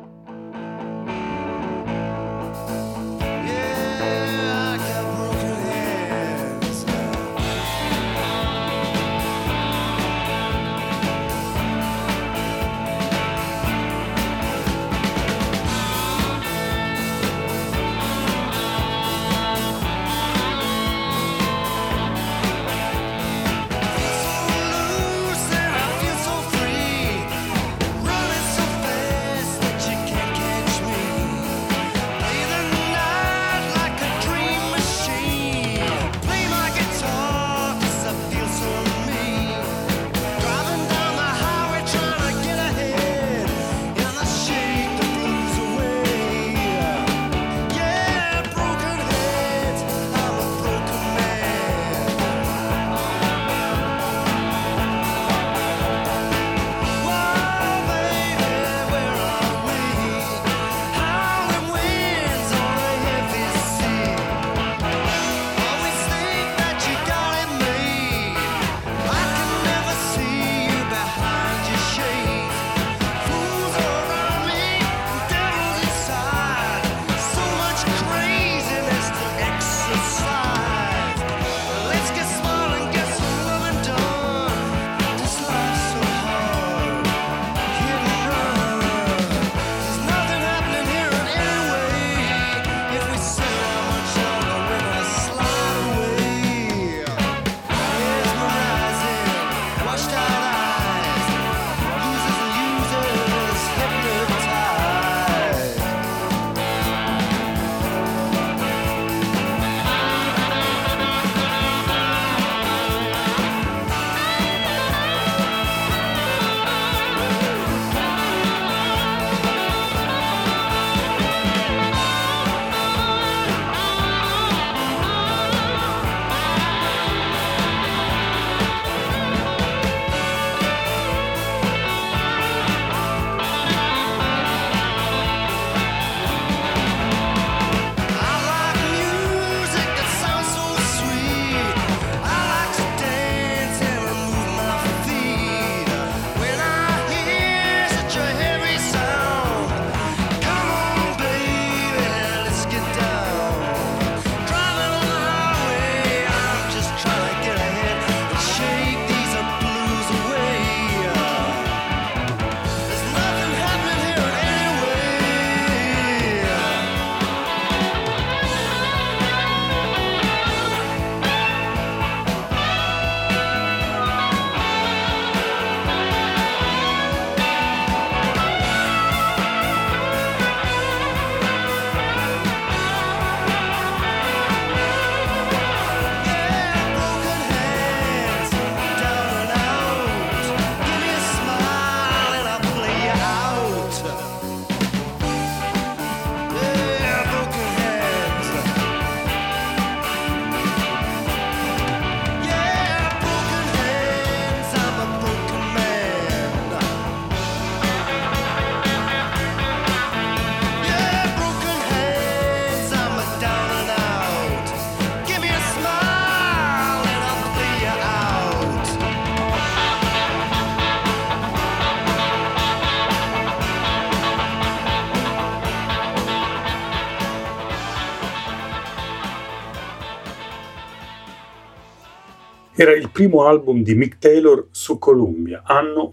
Era il primo album di Mick Taylor su Columbia, anno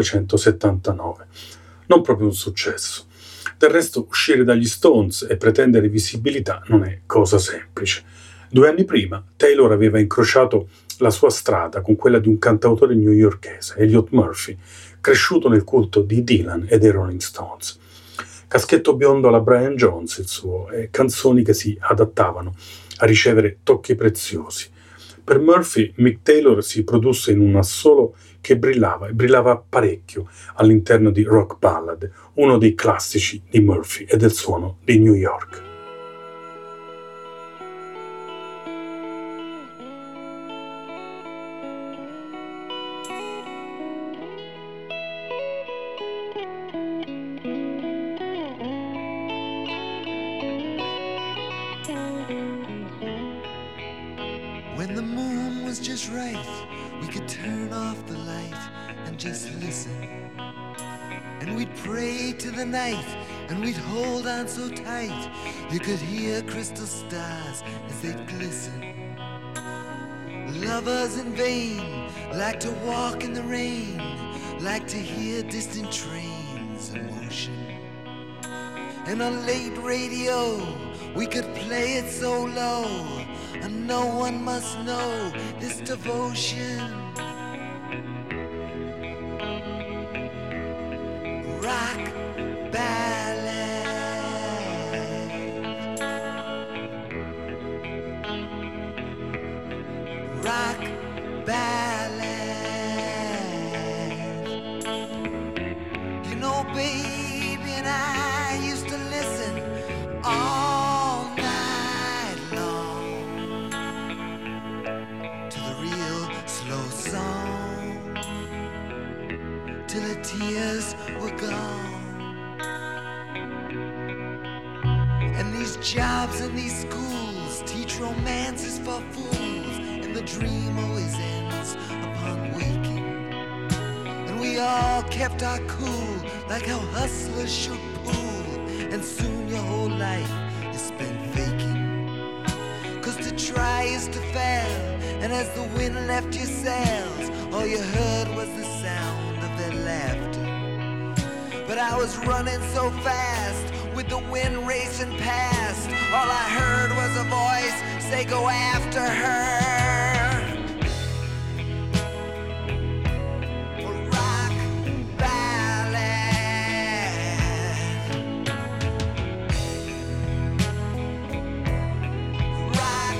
1979. Non proprio un successo. Del resto, uscire dagli Stones e pretendere visibilità non è cosa semplice. 2 anni prima, Taylor aveva incrociato la sua strada con quella di un cantautore newyorkese, Elliot Murphy, cresciuto nel culto di Dylan e dei Rolling Stones. Caschetto biondo alla Brian Jones, il suo, e canzoni che si adattavano a ricevere tocchi preziosi. Per Murphy, Mick Taylor si produsse in un assolo che brillava, e brillava parecchio, all'interno di Rock Ballad, uno dei classici di Murphy e del suono di New York. When the moon was just right, we could turn off the light and just listen. And we'd pray to the night, and we'd hold on so tight. You could hear crystal stars as they'd glisten. Lovers in vain like to walk in the rain, like to hear distant trains in motion. And on late radio, we could play it so low, and no one must know this devotion. Rock ballad, rock ballad. You know, baby, and I used to listen all night long to the real slow song, till the tears were gone. And these jobs and these schools teach romances for fools, and the dream always ends upon waking. And we all kept our cool like how hustlers shoot pool, and soon your whole life is spent faking. 'Cause to try is to fail, and as the wind left your sails, all you heard was the sound of their laughter. But I was running so fast, with the wind racing past, all I heard was a voice say, go after her. Rock ballad, rock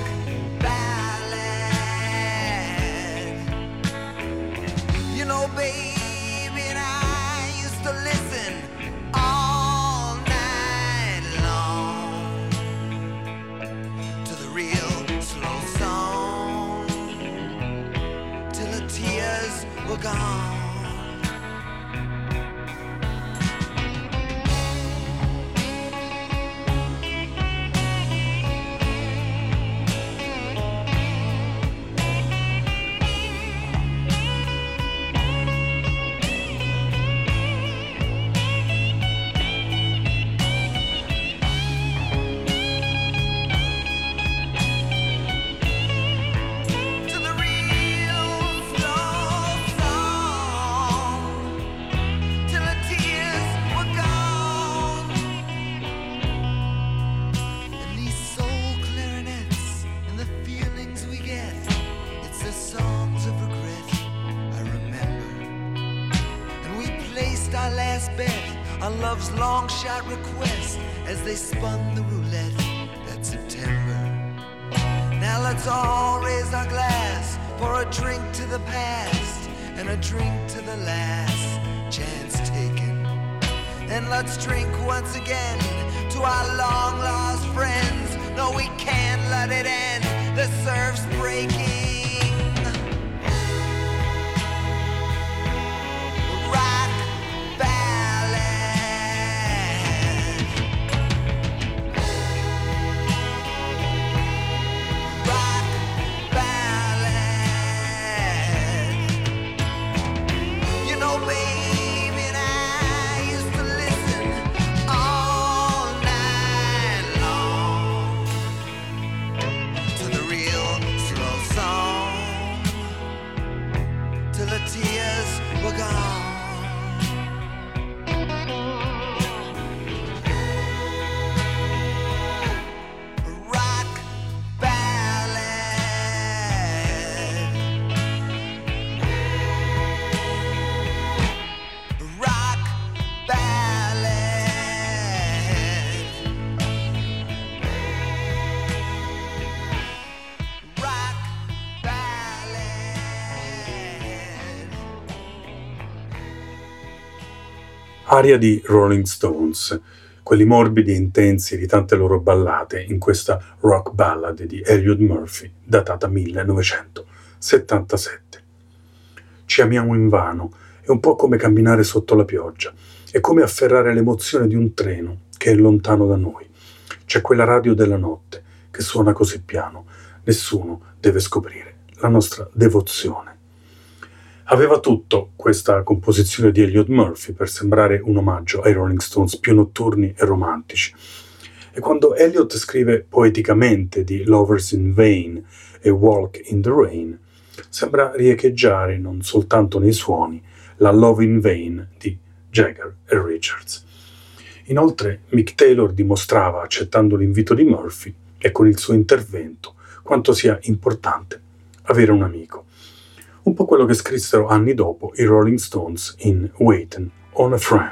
ballad. You know, baby, and I used to listen all night long to the real slow song, till the tears were gone. To the real slow song, till the tears were gone. And these soul clarinets and the feelings we get, it's the songs of regret I remember. And we placed our last bet on love's long shot request as they spun the roulette that September. Now let's all raise our glass for a drink to the past and a drink to the last chance taken. And let's drink once again to our long lost friends. No, we can't let it end. The surf's breaking. Rock ballad, rock ballad. You know, baby, and I used to listen all night long to the real slow song, till the tears were gone. Rock ballad, rock ballad, rock ballad. Aria di Rolling Stones, quelli morbidi e intensi di tante loro ballate in questa rock ballad di Elliott Murphy, datata 1977. Ci amiamo invano, è un po' come camminare sotto la pioggia, è come afferrare l'emozione di un treno che è lontano da noi. C'è quella radio della notte che suona così piano. Nessuno deve scoprire la nostra devozione. Aveva tutto questa composizione di Elliott Murphy per sembrare un omaggio ai Rolling Stones più notturni e romantici. E quando Elliott scrive poeticamente di Lovers in Vain e Walk in the Rain, sembra riecheggiare non soltanto nei suoni la Love in Vain di Jagger e Richards. Inoltre Mick Taylor dimostrava, accettando l'invito di Murphy e con il suo intervento, quanto sia importante avere un amico. Un po' quello che scrissero anni dopo i Rolling Stones in Waiting on a Friend.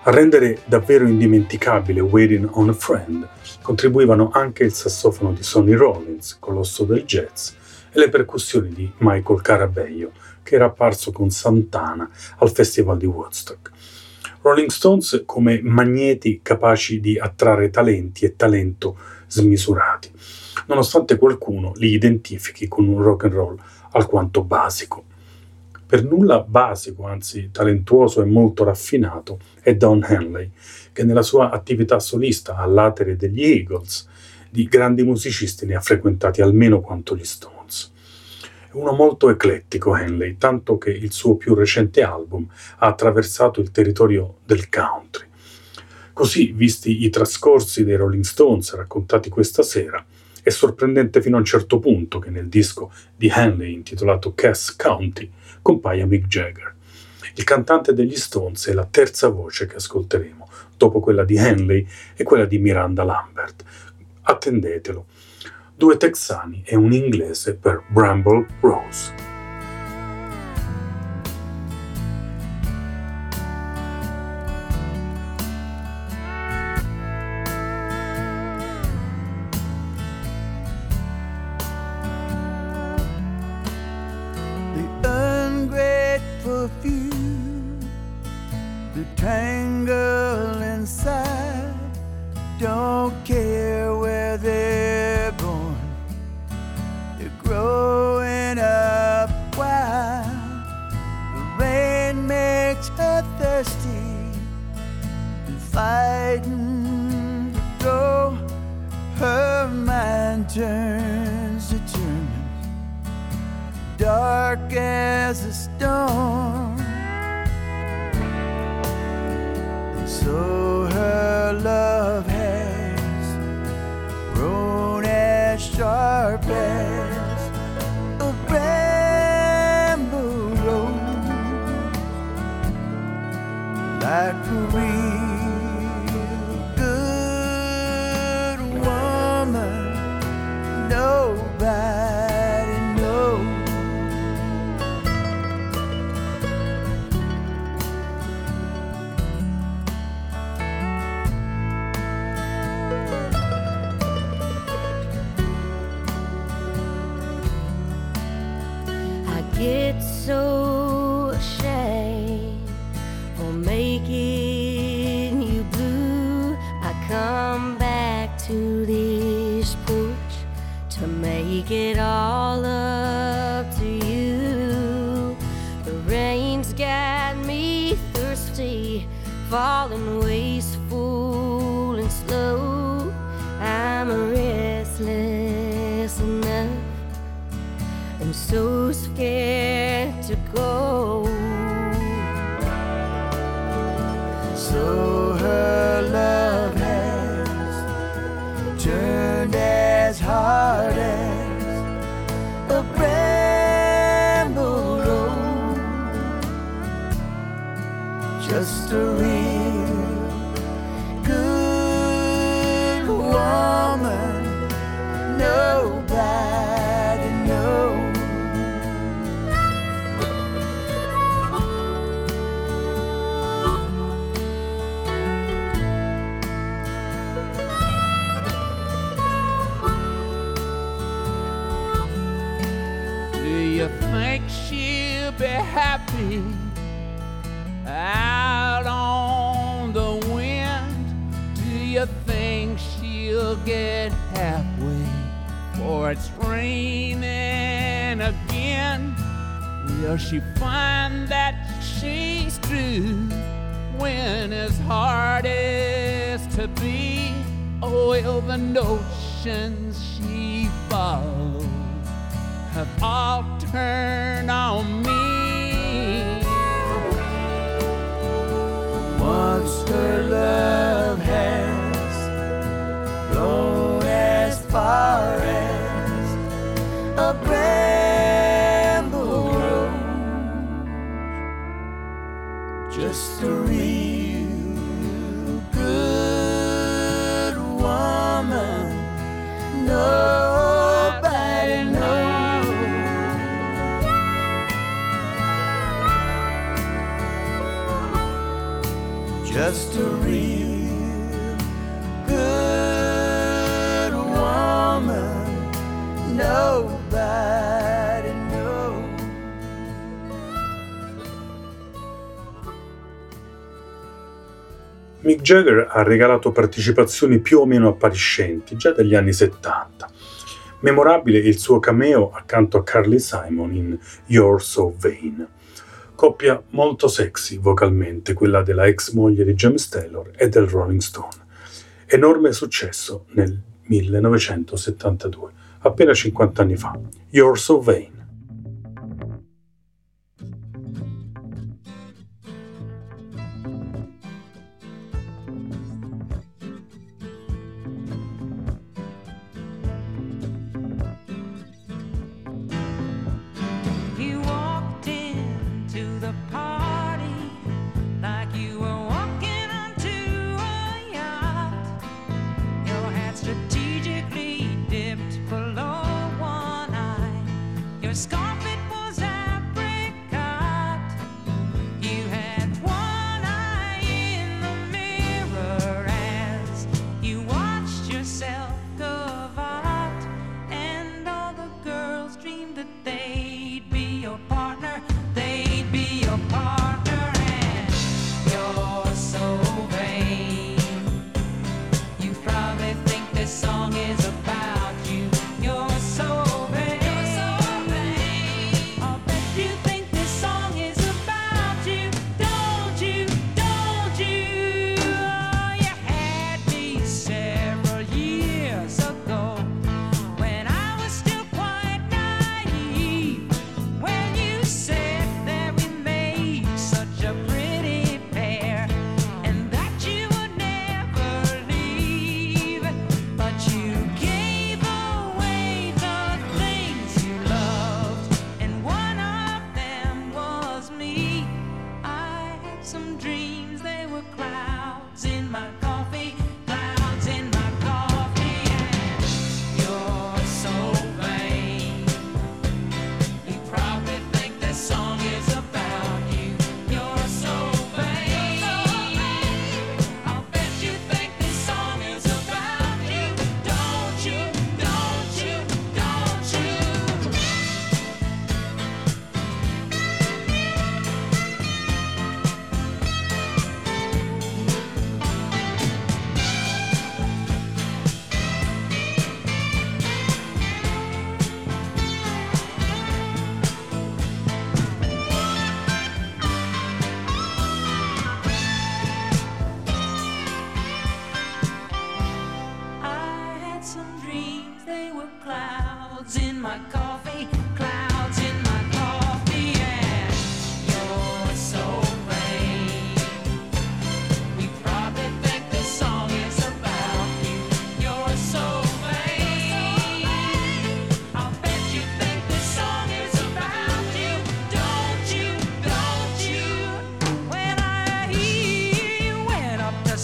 A rendere davvero indimenticabile Waiting on a Friend contribuivano anche il sassofono di Sonny Rollins, colosso del jazz, e le percussioni di Michael Carabello, che era apparso con Santana al Festival di Woodstock. Rolling Stones come magneti capaci di attrarre talenti e talento smisurati, nonostante qualcuno li identifichi con un rock and roll alquanto basico. Per nulla basico, anzi talentuoso e molto raffinato, è Don Henley, che nella sua attività solista all'atere degli Eagles di grandi musicisti ne ha frequentati almeno quanto gli Stones. È uno molto eclettico Henley, tanto che il suo più recente album ha attraversato il territorio del country. Così, visti i trascorsi dei Rolling Stones raccontati questa sera, è sorprendente fino a un certo punto che nel disco di Henley intitolato Cass County compaia Mick Jagger. Il cantante degli Stones è la terza voce che ascolteremo, dopo quella di Henley e quella di Miranda Lambert. Attendetelo. 2 texani e un inglese per Bramble Rose. The ungrateful few, the tangle inside, don't care where they're born. They're growing up wild. The rain makes her thirsty, and fighting to go, her mind turns determined, dark as a storm. And so her love has grown as sharp as a bramble rose, like a real good woman nobody knows. I get so ashamed for making you blue. I come back to this porch to make it all up to you. The rain's got me thirsty, falling wasteful and slow. I'm restless enough and so scared to go. So her love has turned as hard as a bramble rose, just a real good woman nobody knows. Do you think she'll be happy out on the wind? Do you think she'll get halfway before it's raining again? Will she find that she's true when it's hard as to be? Or will the notions she follows have all turned on me? Once her love has blown as far as a bramble rose, just a real good woman nobody knows. just a real good woman. Nobody knows. Mick Jagger ha regalato partecipazioni più o meno appariscenti già dagli anni 70. Memorabile il suo cameo accanto a Carly Simon in You're So Vain. Coppia molto sexy vocalmente, quella della ex moglie di James Taylor e del Rolling Stone. Enorme successo nel 1972, appena 50 anni fa. You're So Vain. You walked into the party like you were walking onto a yacht. Your hat strategically dipped below one eye. Your scarf, it was apricot. You had one eye in the mirror as you watched yourself gavotte, and all the girls dreamed that they'd be your partner. They'd be your partner, and you're so vain. You probably think this song is about you. You're so vain. I'll bet you think this song is about you. Don't you? Don't you? Oh, you had me several years ago when I was still quite naive. When you said that we made such a pretty pair and that you would never leave, but you gave away the things you loved, and one of them was me. I had some dreams, they were clouds in my coffee, clouds in my coffee, and you're so vain. You probably think this song is about you. You're so vain. I'll bet you think this song is about you. Don't you? Don't you? Don't you? I had some dreams, they were clouds in my coffee, clouds in my coffee, and you're so vain. You probably think this song is about you. You're so vain. I'll bet you think this song is about you. Don't you? Don't you? When I hear you went up to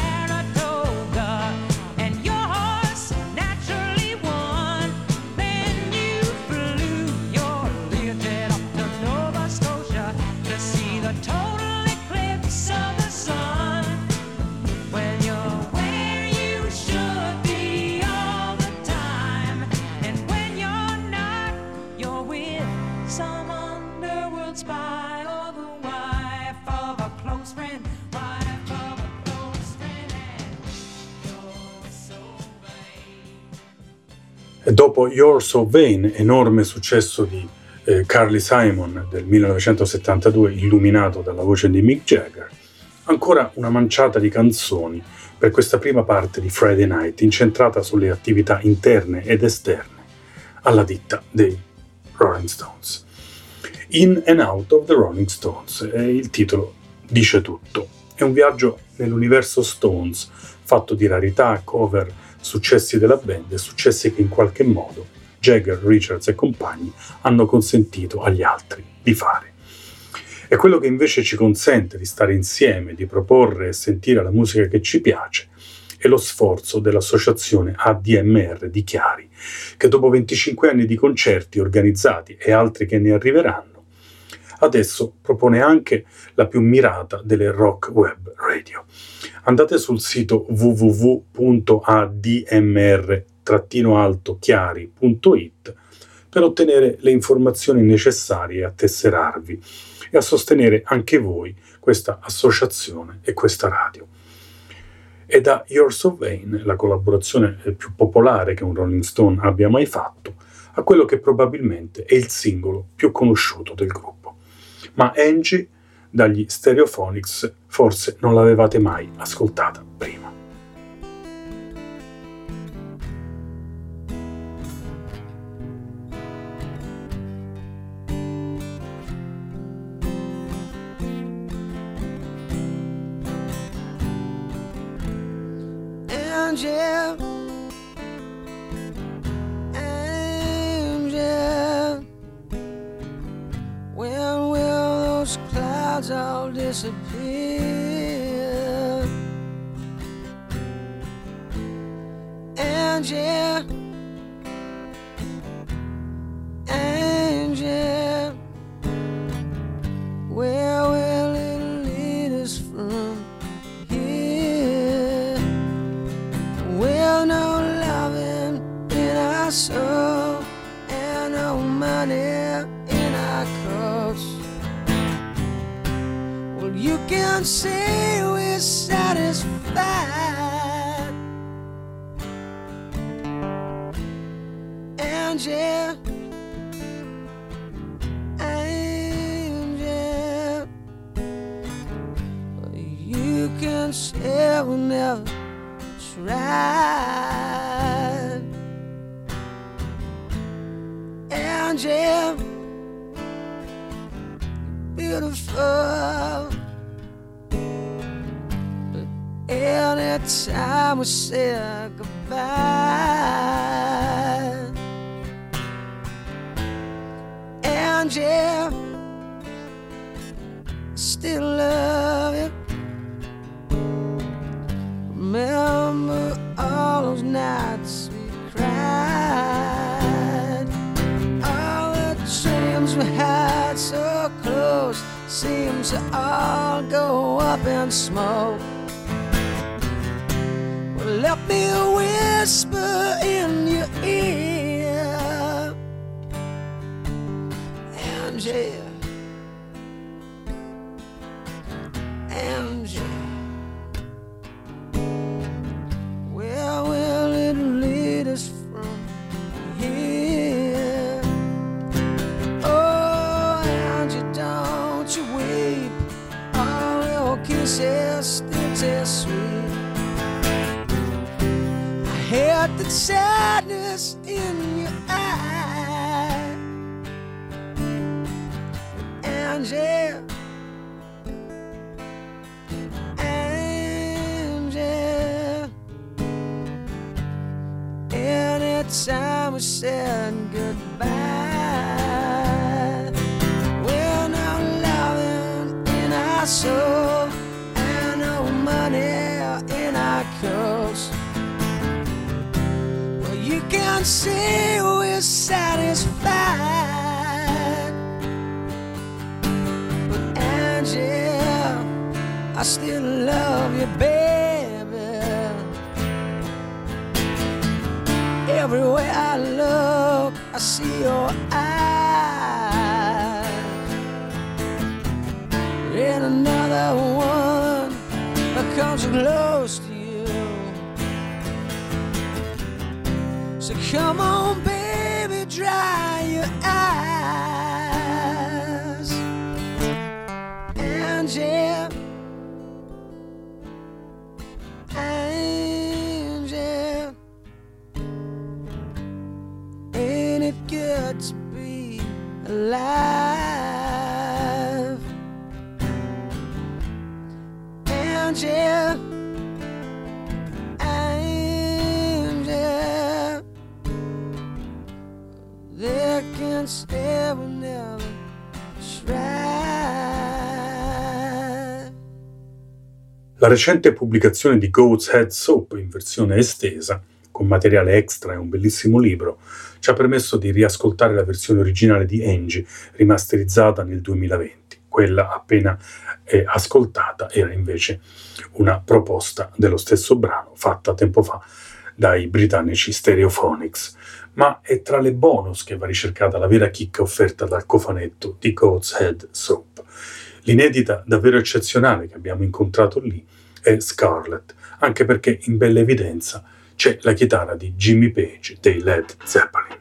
Saratoga and your horse naturally won, then you flew your Learjet up to Nova Scotia to see the total eclipse of the sun. When you're where you should be all the time, and when you're not, you're with some underworld spy or the wife of a close friend, wife of a close friend, and you're so vain. E dopo You're So Vain, enorme successo di Carly Simon del 1972, illuminato dalla voce di Mick Jagger, ancora una manciata di canzoni per questa prima parte di Friday Night, incentrata sulle attività interne ed esterne alla ditta dei Rolling Stones. In and Out of the Rolling Stones, il titolo dice tutto. È un viaggio nell'universo Stones, fatto di rarità, cover, successi della band e successi che in qualche modo Jagger, Richards e compagni hanno consentito agli altri di fare. È quello che invece ci consente di stare insieme, di proporre e sentire la musica che ci piace, è lo sforzo dell'associazione ADMR di Chiari, che dopo 25 anni di concerti organizzati e altri che ne arriveranno, Adesso propone anche la più mirata delle rock web radio. Andate sul sito www.admr-chiari.it per ottenere le informazioni necessarie a tesserarvi e a sostenere anche voi questa associazione e questa radio. È da You're So Vain, la collaborazione più popolare che un Rolling Stone abbia mai fatto, a quello che probabilmente è il singolo più conosciuto del gruppo. Ma Angie, dagli Stereophonics, forse non l'avevate mai ascoltata prima. Angel, Angel, when will those clouds all disappear? Angel, Angel, where will it lead us from here? Well, no loving in our soul and no money in our coats. Well, you can say we're satisfied, Angel, Angel. Well, you can say we'll never tried, Angel, beautiful. But anytime we say goodbye, Angel, I still love you. Remember all those nights we cried, all the dreams we had so close seemed to all go up in smoke. Well, let me whisper in your ear, Angel, Angel. Where will it lead us from here? Oh, Angie, don't you weep. All your kisses still taste sweet. I hate the sadness in your eye, Angie, Angie. Anytime we said goodbye, we're not loving in our soul and no money in our coats. Well, you can say we're satisfied, but Angie, I still love you, baby. Everywhere I look, I see your eyes. And another one that comes close to you. So come on, baby, dry your eyes, Angie, Angie. Ain't it good to be alive, Angie, Angie. They can say we'll never try. La recente pubblicazione di Goat's Head Soup in versione estesa con materiale extra e un bellissimo libro, ci ha permesso di riascoltare la versione originale di Angie, rimasterizzata nel 2020. Quella appena ascoltata era invece una proposta dello stesso brano, fatta tempo fa dai britannici Stereophonics. Ma è tra le bonus che va ricercata la vera chicca offerta dal cofanetto di Goat's Head Soap. L'inedita davvero eccezionale che abbiamo incontrato lì è Scarlet, anche perché in bella evidenza c'è la chitarra di Jimmy Page dei Led Zeppelin.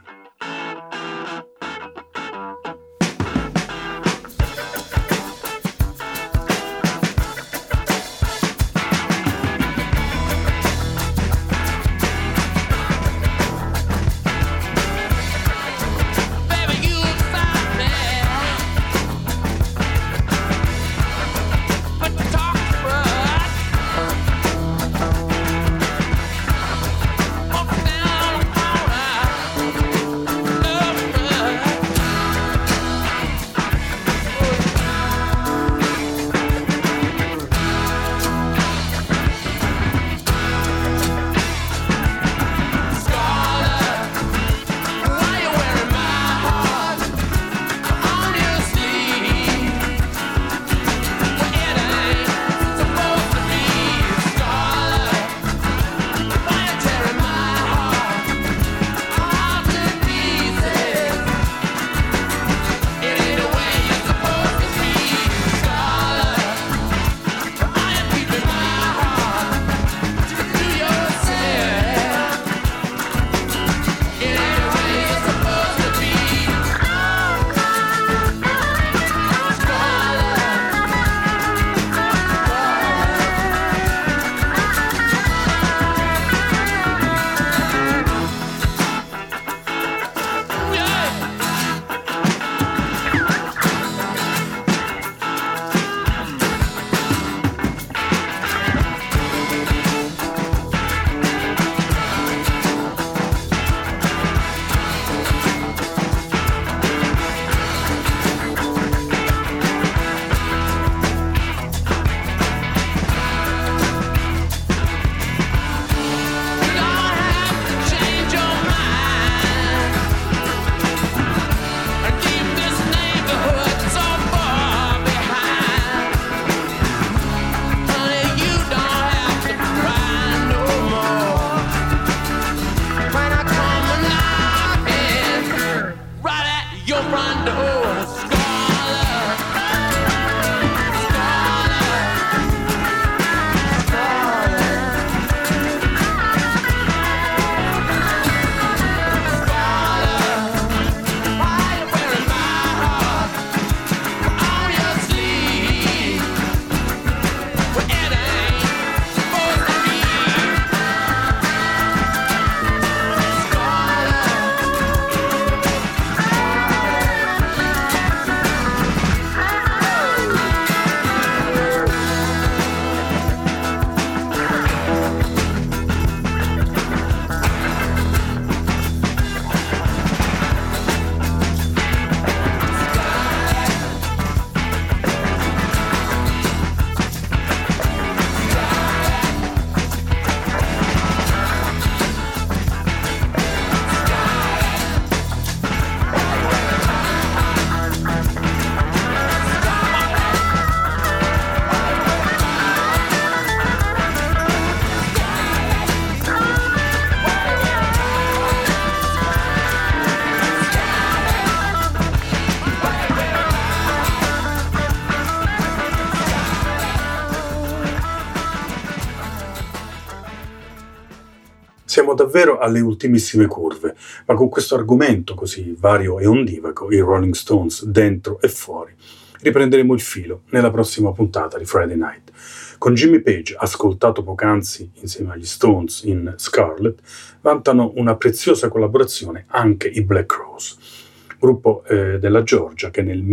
Siamo davvero alle ultimissime curve, ma con questo argomento così vario e ondivago, i Rolling Stones dentro e fuori, riprenderemo il filo nella prossima puntata di Friday Night. Con Jimmy Page, ascoltato poc'anzi insieme agli Stones in Scarlet, vantano una preziosa collaborazione anche i Black Crowes, gruppo della Georgia che nel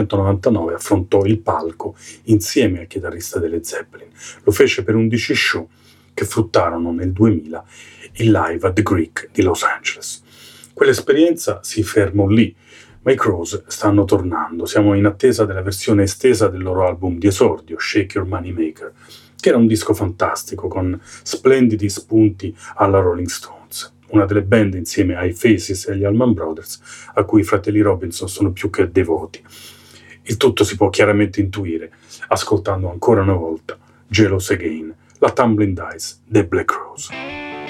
1999 affrontò il palco insieme al chitarrista delle Zeppelin. Lo fece per 11 show che fruttarono nel 2000 il live at The Greek di Los Angeles. Quell'esperienza si fermò lì, ma i Crowes stanno tornando. Siamo in attesa della versione estesa del loro album di esordio, Shake Your Moneymaker, che era un disco fantastico con splendidi spunti alla Rolling Stones. una delle band insieme ai Faces e agli Allman Brothers a cui i fratelli Robinson sono più che devoti. Il tutto si può chiaramente intuire ascoltando ancora una volta Jealous Again, la Tumbling Dice dei Black Rose.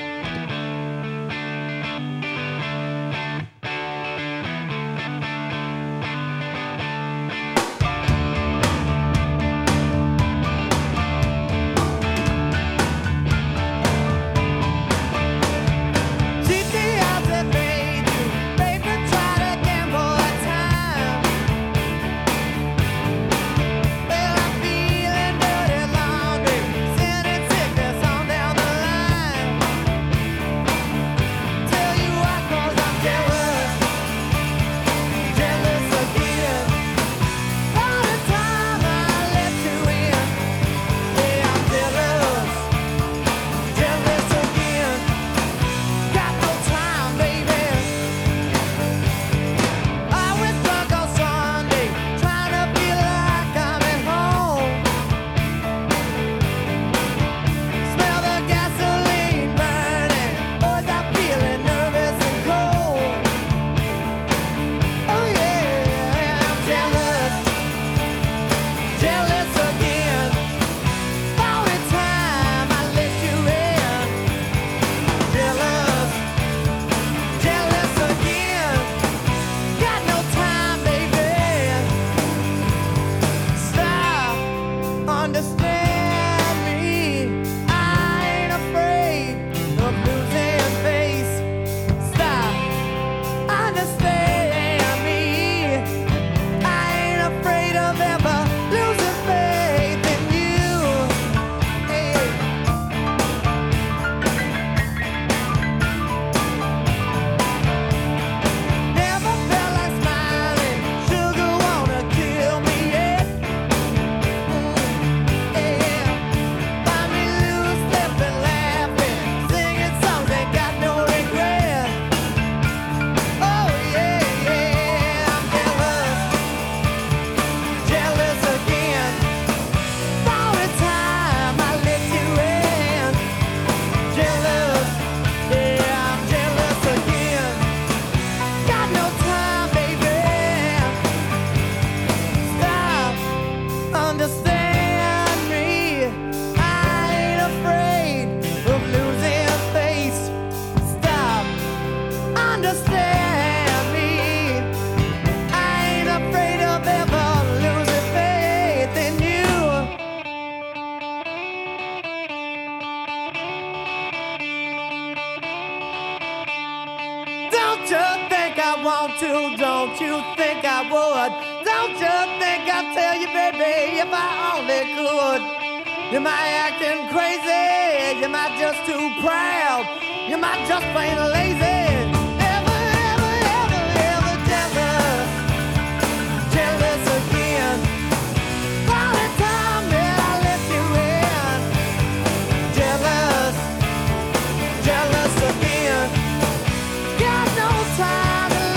Don't you think I would? Don't you think I'd tell you, baby, if I only could? Am I acting crazy? Am I just too proud? Am I just plain lazy? Ever jealous? Jealous again? All the time that I let you in. Jealous? Jealous again? Got no time.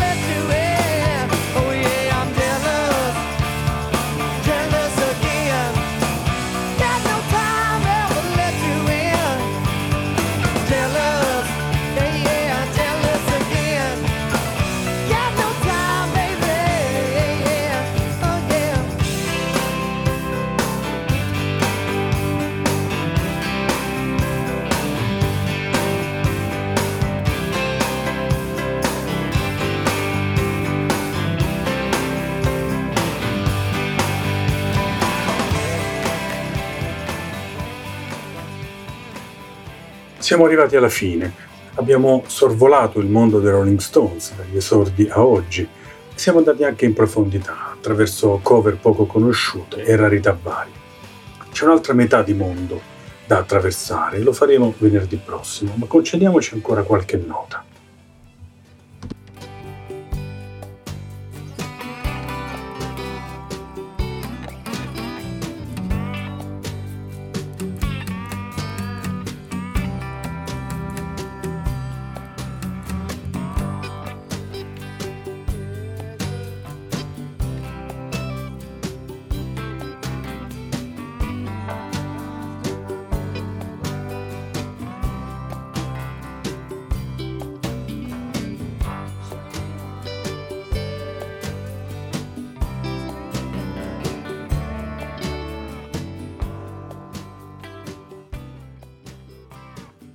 Siamo arrivati alla fine, abbiamo sorvolato il mondo dei Rolling Stones, dagli esordi a oggi, siamo andati anche in profondità, attraverso cover poco conosciute e rarità varie. C'è un'altra metà di mondo da attraversare e lo faremo venerdì prossimo, ma concediamoci ancora qualche nota.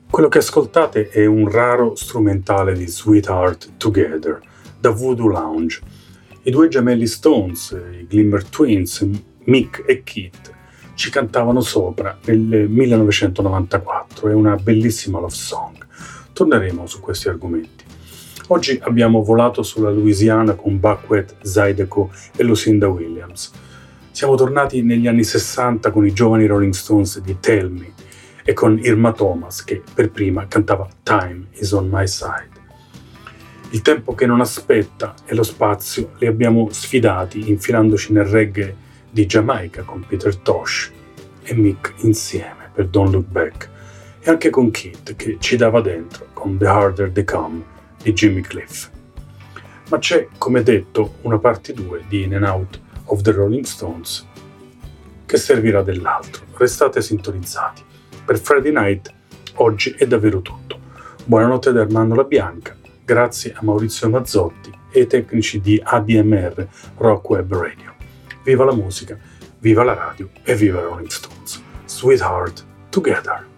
Quello che ascoltate è un raro strumentale di Sweetheart Together da Voodoo Lounge. I due gemelli Stones, i Glimmer Twins, Mick e Keith, ci cantavano sopra nel 1994. È una bellissima love song. Torneremo su questi argomenti. Oggi abbiamo volato sulla Louisiana con Buckwheat, Zydeco e Lucinda Williams. Siamo tornati negli anni 60 con i giovani Rolling Stones di Tell Me e con Irma Thomas che per prima cantava Time is on my side. Il tempo che non aspetta e lo spazio li abbiamo sfidati infilandoci nel reggae di Giamaica con Peter Tosh e Mick insieme per Don't Look Back e anche con Keith che ci dava dentro con The Harder They Come di Jimmy Cliff. Ma c'è, come detto, una parte 2 di In and Out of the Rolling Stones che servirà dell'altro. Restate sintonizzati. Per Friday Night oggi è davvero tutto. Buonanotte da Armando La Bianca, grazie a Maurizio Mazzotti e ai tecnici di ADMR Rock Web Radio. Viva la musica, viva la radio e viva Rolling Stones. Sweetheart Together.